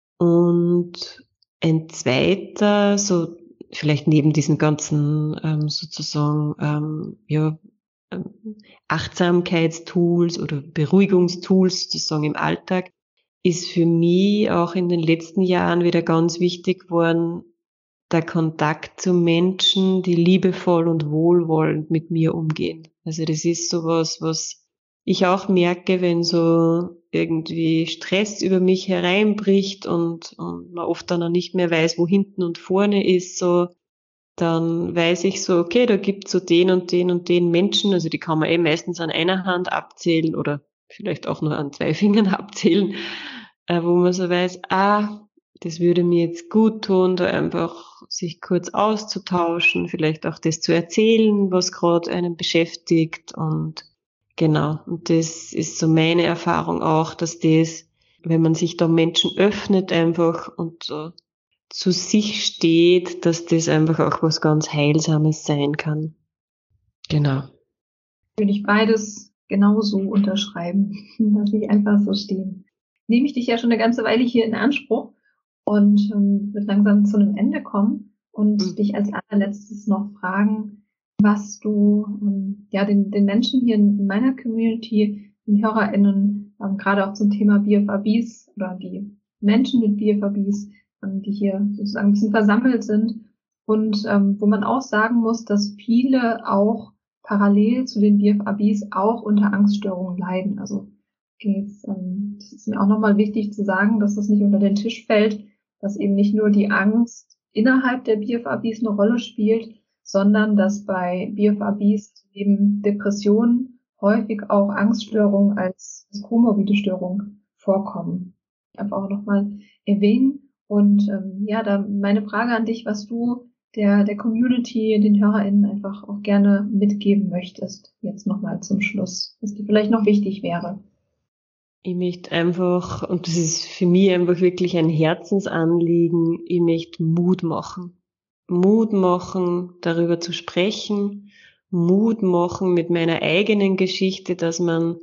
Und ein zweiter, so vielleicht neben diesen ganzen ähm, sozusagen ähm, ja, ähm, Achtsamkeitstools oder Beruhigungstools sozusagen im Alltag, ist für mich auch in den letzten Jahren wieder ganz wichtig geworden, der Kontakt zu Menschen, die liebevoll und wohlwollend mit mir umgehen. Also das ist sowas, was ich auch merke, wenn so irgendwie Stress über mich hereinbricht und, und man oft dann auch nicht mehr weiß, wo hinten und vorne ist, so, dann weiß ich so, okay, da gibt's so den und den und den Menschen, also die kann man eh meistens an einer Hand abzählen oder vielleicht auch nur an zwei Fingern abzählen, äh, wo man so weiß, ah, das würde mir jetzt gut tun, da einfach sich kurz auszutauschen, vielleicht auch das zu erzählen, was gerade einen beschäftigt und genau. Und das ist so meine Erfahrung auch, dass das, wenn man sich da Menschen öffnet einfach und so zu sich steht, dass das einfach auch was ganz Heilsames sein kann. Genau. Würde ich beides genauso unterschreiben. Lass ich einfach so stehen. Nehme ich dich ja schon eine ganze Weile hier in Anspruch und ähm, wird langsam zu einem Ende kommen und mhm. dich als allerletztes noch fragen, was du ähm, ja den, den Menschen hier in meiner Community, den HörerInnen, ähm, gerade auch zum Thema B F A Bs oder die Menschen mit B F A Bs, ähm, die hier sozusagen ein bisschen versammelt sind und ähm, wo man auch sagen muss, dass viele auch parallel zu den B F A Bs auch unter Angststörungen leiden. Also geht's, ähm, das ist mir auch nochmal wichtig zu sagen, dass das nicht unter den Tisch fällt, dass eben nicht nur die Angst innerhalb der B F A Bs eine Rolle spielt, sondern dass bei B F A Bs neben Depressionen häufig auch Angststörungen als komorbide Störung vorkommen. Einfach auch nochmal erwähnen. Und ähm, ja, da meine Frage an dich, was du der der Community, den HörerInnen einfach auch gerne mitgeben möchtest, jetzt nochmal zum Schluss, was dir vielleicht noch wichtig wäre. Ich möchte einfach, und das ist für mich einfach wirklich ein Herzensanliegen, ich möchte Mut machen. Mut machen, darüber zu sprechen, Mut machen mit meiner eigenen Geschichte, dass man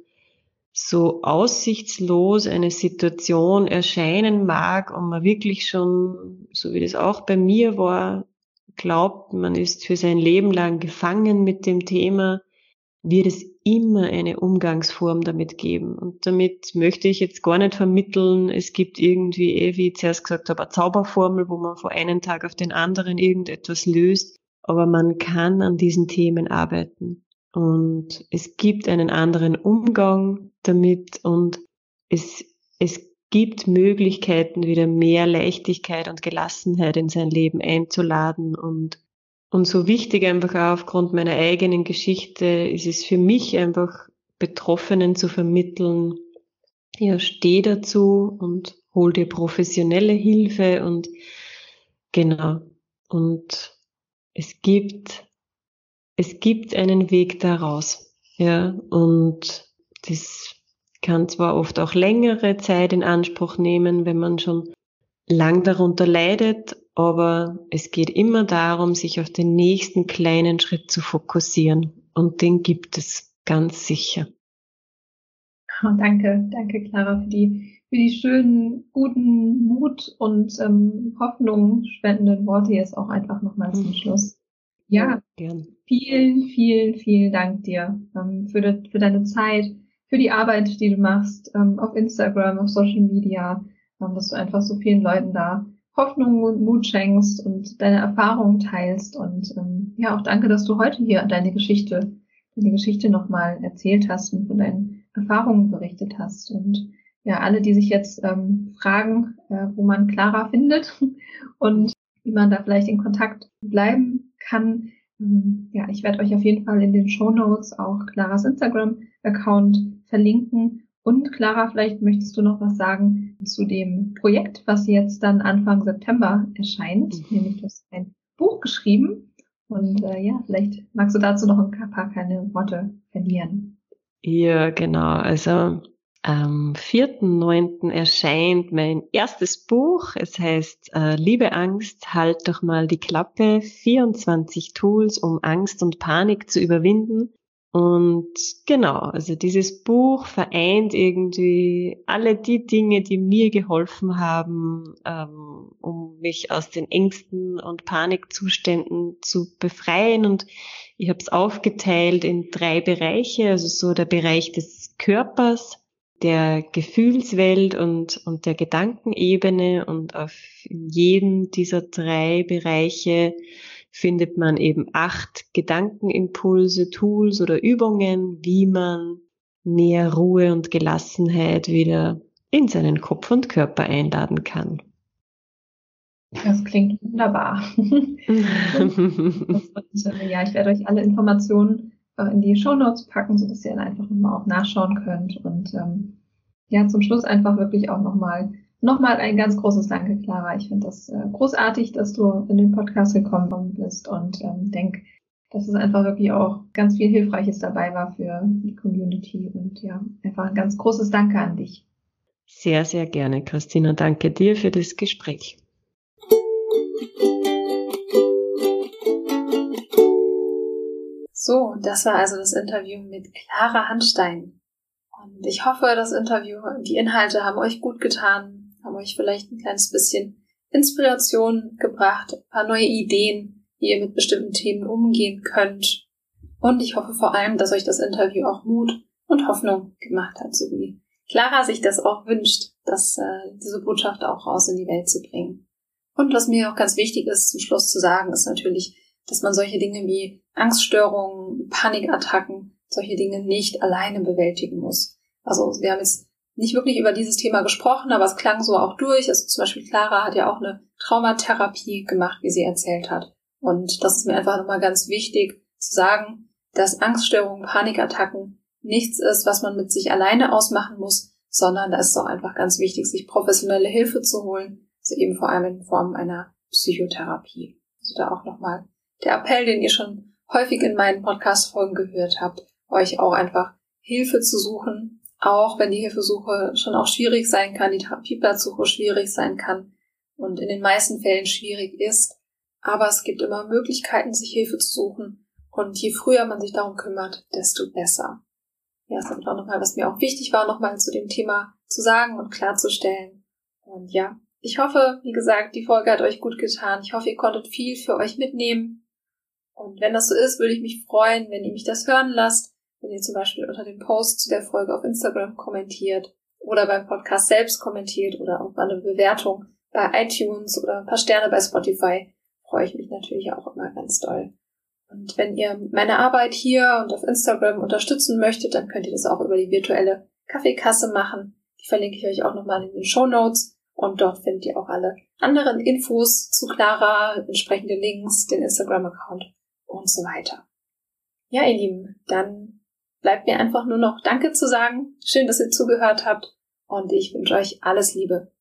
so aussichtslos eine Situation erscheinen mag und man wirklich schon, so wie das auch bei mir war, glaubt, man ist für sein Leben lang gefangen mit dem Thema, wird es immer eine Umgangsform damit geben. Und damit möchte ich jetzt gar nicht vermitteln, es gibt irgendwie, wie ich zuerst gesagt habe, eine Zauberformel, wo man von einem Tag auf den anderen irgendetwas löst, aber man kann an diesen Themen arbeiten. Und es gibt einen anderen Umgang damit und es, es gibt Möglichkeiten, wieder mehr Leichtigkeit und Gelassenheit in sein Leben einzuladen und Und so wichtig einfach auch aufgrund meiner eigenen Geschichte ist es für mich einfach, Betroffenen zu vermitteln, ja, steh dazu und hol dir professionelle Hilfe und genau. Und es gibt, es gibt einen Weg daraus. Ja, und das kann zwar oft auch längere Zeit in Anspruch nehmen, wenn man schon lang darunter leidet, aber es geht immer darum, sich auf den nächsten kleinen Schritt zu fokussieren. Und den gibt es ganz sicher. Oh, danke, danke Clara für die, für die schönen, guten Mut und ähm, Hoffnung spendenden Worte jetzt auch einfach nochmal zum Schluss. Ja, ja, gern. Vielen, vielen, vielen Dank dir ähm, für, de, für deine Zeit, für die Arbeit, die du machst ähm, auf Instagram, auf Social Media, ähm, dass du einfach so vielen Leuten da Hoffnung und Mut schenkst und deine Erfahrungen teilst. Und ähm, ja, auch danke, dass du heute hier deine Geschichte, deine Geschichte nochmal erzählt hast und von deinen Erfahrungen berichtet hast. Und ja, alle, die sich jetzt ähm, fragen, äh, wo man Clara findet und wie man da vielleicht in Kontakt bleiben kann, ähm, ja, ich werde euch auf jeden Fall in den Shownotes auch Claras Instagram-Account verlinken. Und Clara, vielleicht möchtest du noch was sagen zu dem Projekt, was jetzt dann Anfang September erscheint, mhm. nämlich du hast ein Buch geschrieben. Und äh, ja, vielleicht magst du dazu noch ein paar kleine Worte verlieren. Ja, genau. Also am vierten neunten erscheint mein erstes Buch. Es heißt äh, Liebe Angst, halt doch mal die Klappe. vierundzwanzig Tools, um Angst und Panik zu überwinden. Und genau, also dieses Buch vereint irgendwie alle die Dinge, die mir geholfen haben, ähm, um mich aus den Ängsten und Panikzuständen zu befreien. Und ich habe es aufgeteilt in drei Bereiche, also so der Bereich des Körpers, der Gefühlswelt und, und der Gedankenebene. Und auf jedem dieser drei Bereiche findet man eben acht Gedankenimpulse, Tools oder Übungen, wie man mehr Ruhe und Gelassenheit wieder in seinen Kopf und Körper einladen kann. Das klingt wunderbar. Und, äh, ja, ich werde euch alle Informationen äh, in die Shownotes packen, sodass ihr dann einfach nochmal auch nachschauen könnt. Und ähm, ja, zum Schluss einfach wirklich auch nochmal nochmal ein ganz großes Danke, Clara. Ich finde das äh, großartig, dass du in den Podcast gekommen bist und ähm, denke, dass es einfach wirklich auch ganz viel Hilfreiches dabei war für die Community. Und ja, einfach ein ganz großes Danke an dich. Sehr, sehr gerne, Christina. Danke dir für das Gespräch. So, das war also das Interview mit Clara Handstein. Und ich hoffe, das Interview, die Inhalte haben euch gut getan, haben euch vielleicht ein kleines bisschen Inspiration gebracht, ein paar neue Ideen, wie ihr mit bestimmten Themen umgehen könnt. Und ich hoffe vor allem, dass euch das Interview auch Mut und Hoffnung gemacht hat, so wie Clara sich das auch wünscht, dass äh, diese Botschaft auch raus in die Welt zu bringen. Und was mir auch ganz wichtig ist, zum Schluss zu sagen, ist natürlich, dass man solche Dinge wie Angststörungen, Panikattacken, solche Dinge nicht alleine bewältigen muss. Also wir haben jetzt nicht wirklich über dieses Thema gesprochen, aber es klang so auch durch. Also zum Beispiel Clara hat ja auch eine Traumatherapie gemacht, wie sie erzählt hat. Und das ist mir einfach nochmal ganz wichtig zu sagen, dass Angststörungen, Panikattacken nichts ist, was man mit sich alleine ausmachen muss, sondern da ist es auch einfach ganz wichtig, sich professionelle Hilfe zu holen, also eben vor allem in Form einer Psychotherapie. Also da auch nochmal der Appell, den ihr schon häufig in meinen Podcast-Folgen gehört habt, euch auch einfach Hilfe zu suchen, auch wenn die Hilfesuche schon auch schwierig sein kann, die Therapieplatzsuche schwierig sein kann und in den meisten Fällen schwierig ist. Aber es gibt immer Möglichkeiten, sich Hilfe zu suchen. Und je früher man sich darum kümmert, desto besser. Ja, das ist auch nochmal, was mir auch wichtig war, nochmal zu dem Thema zu sagen und klarzustellen. Und ja, ich hoffe, wie gesagt, die Folge hat euch gut getan. Ich hoffe, ihr konntet viel für euch mitnehmen. Und wenn das so ist, würde ich mich freuen, wenn ihr mich das hören lasst. Wenn ihr zum Beispiel unter dem Post zu der Folge auf Instagram kommentiert oder beim Podcast selbst kommentiert oder auch eine Bewertung bei iTunes oder ein paar Sterne bei Spotify, freue ich mich natürlich auch immer ganz doll. Und wenn ihr meine Arbeit hier und auf Instagram unterstützen möchtet, dann könnt ihr das auch über die virtuelle Kaffeekasse machen. Die verlinke ich euch auch nochmal in den Shownotes und dort findet ihr auch alle anderen Infos zu Clara, entsprechende Links, den Instagram-Account und so weiter. Ja, ihr Lieben, dann bleibt mir einfach nur noch Danke zu sagen. Schön, dass ihr zugehört habt und ich wünsche euch alles Liebe.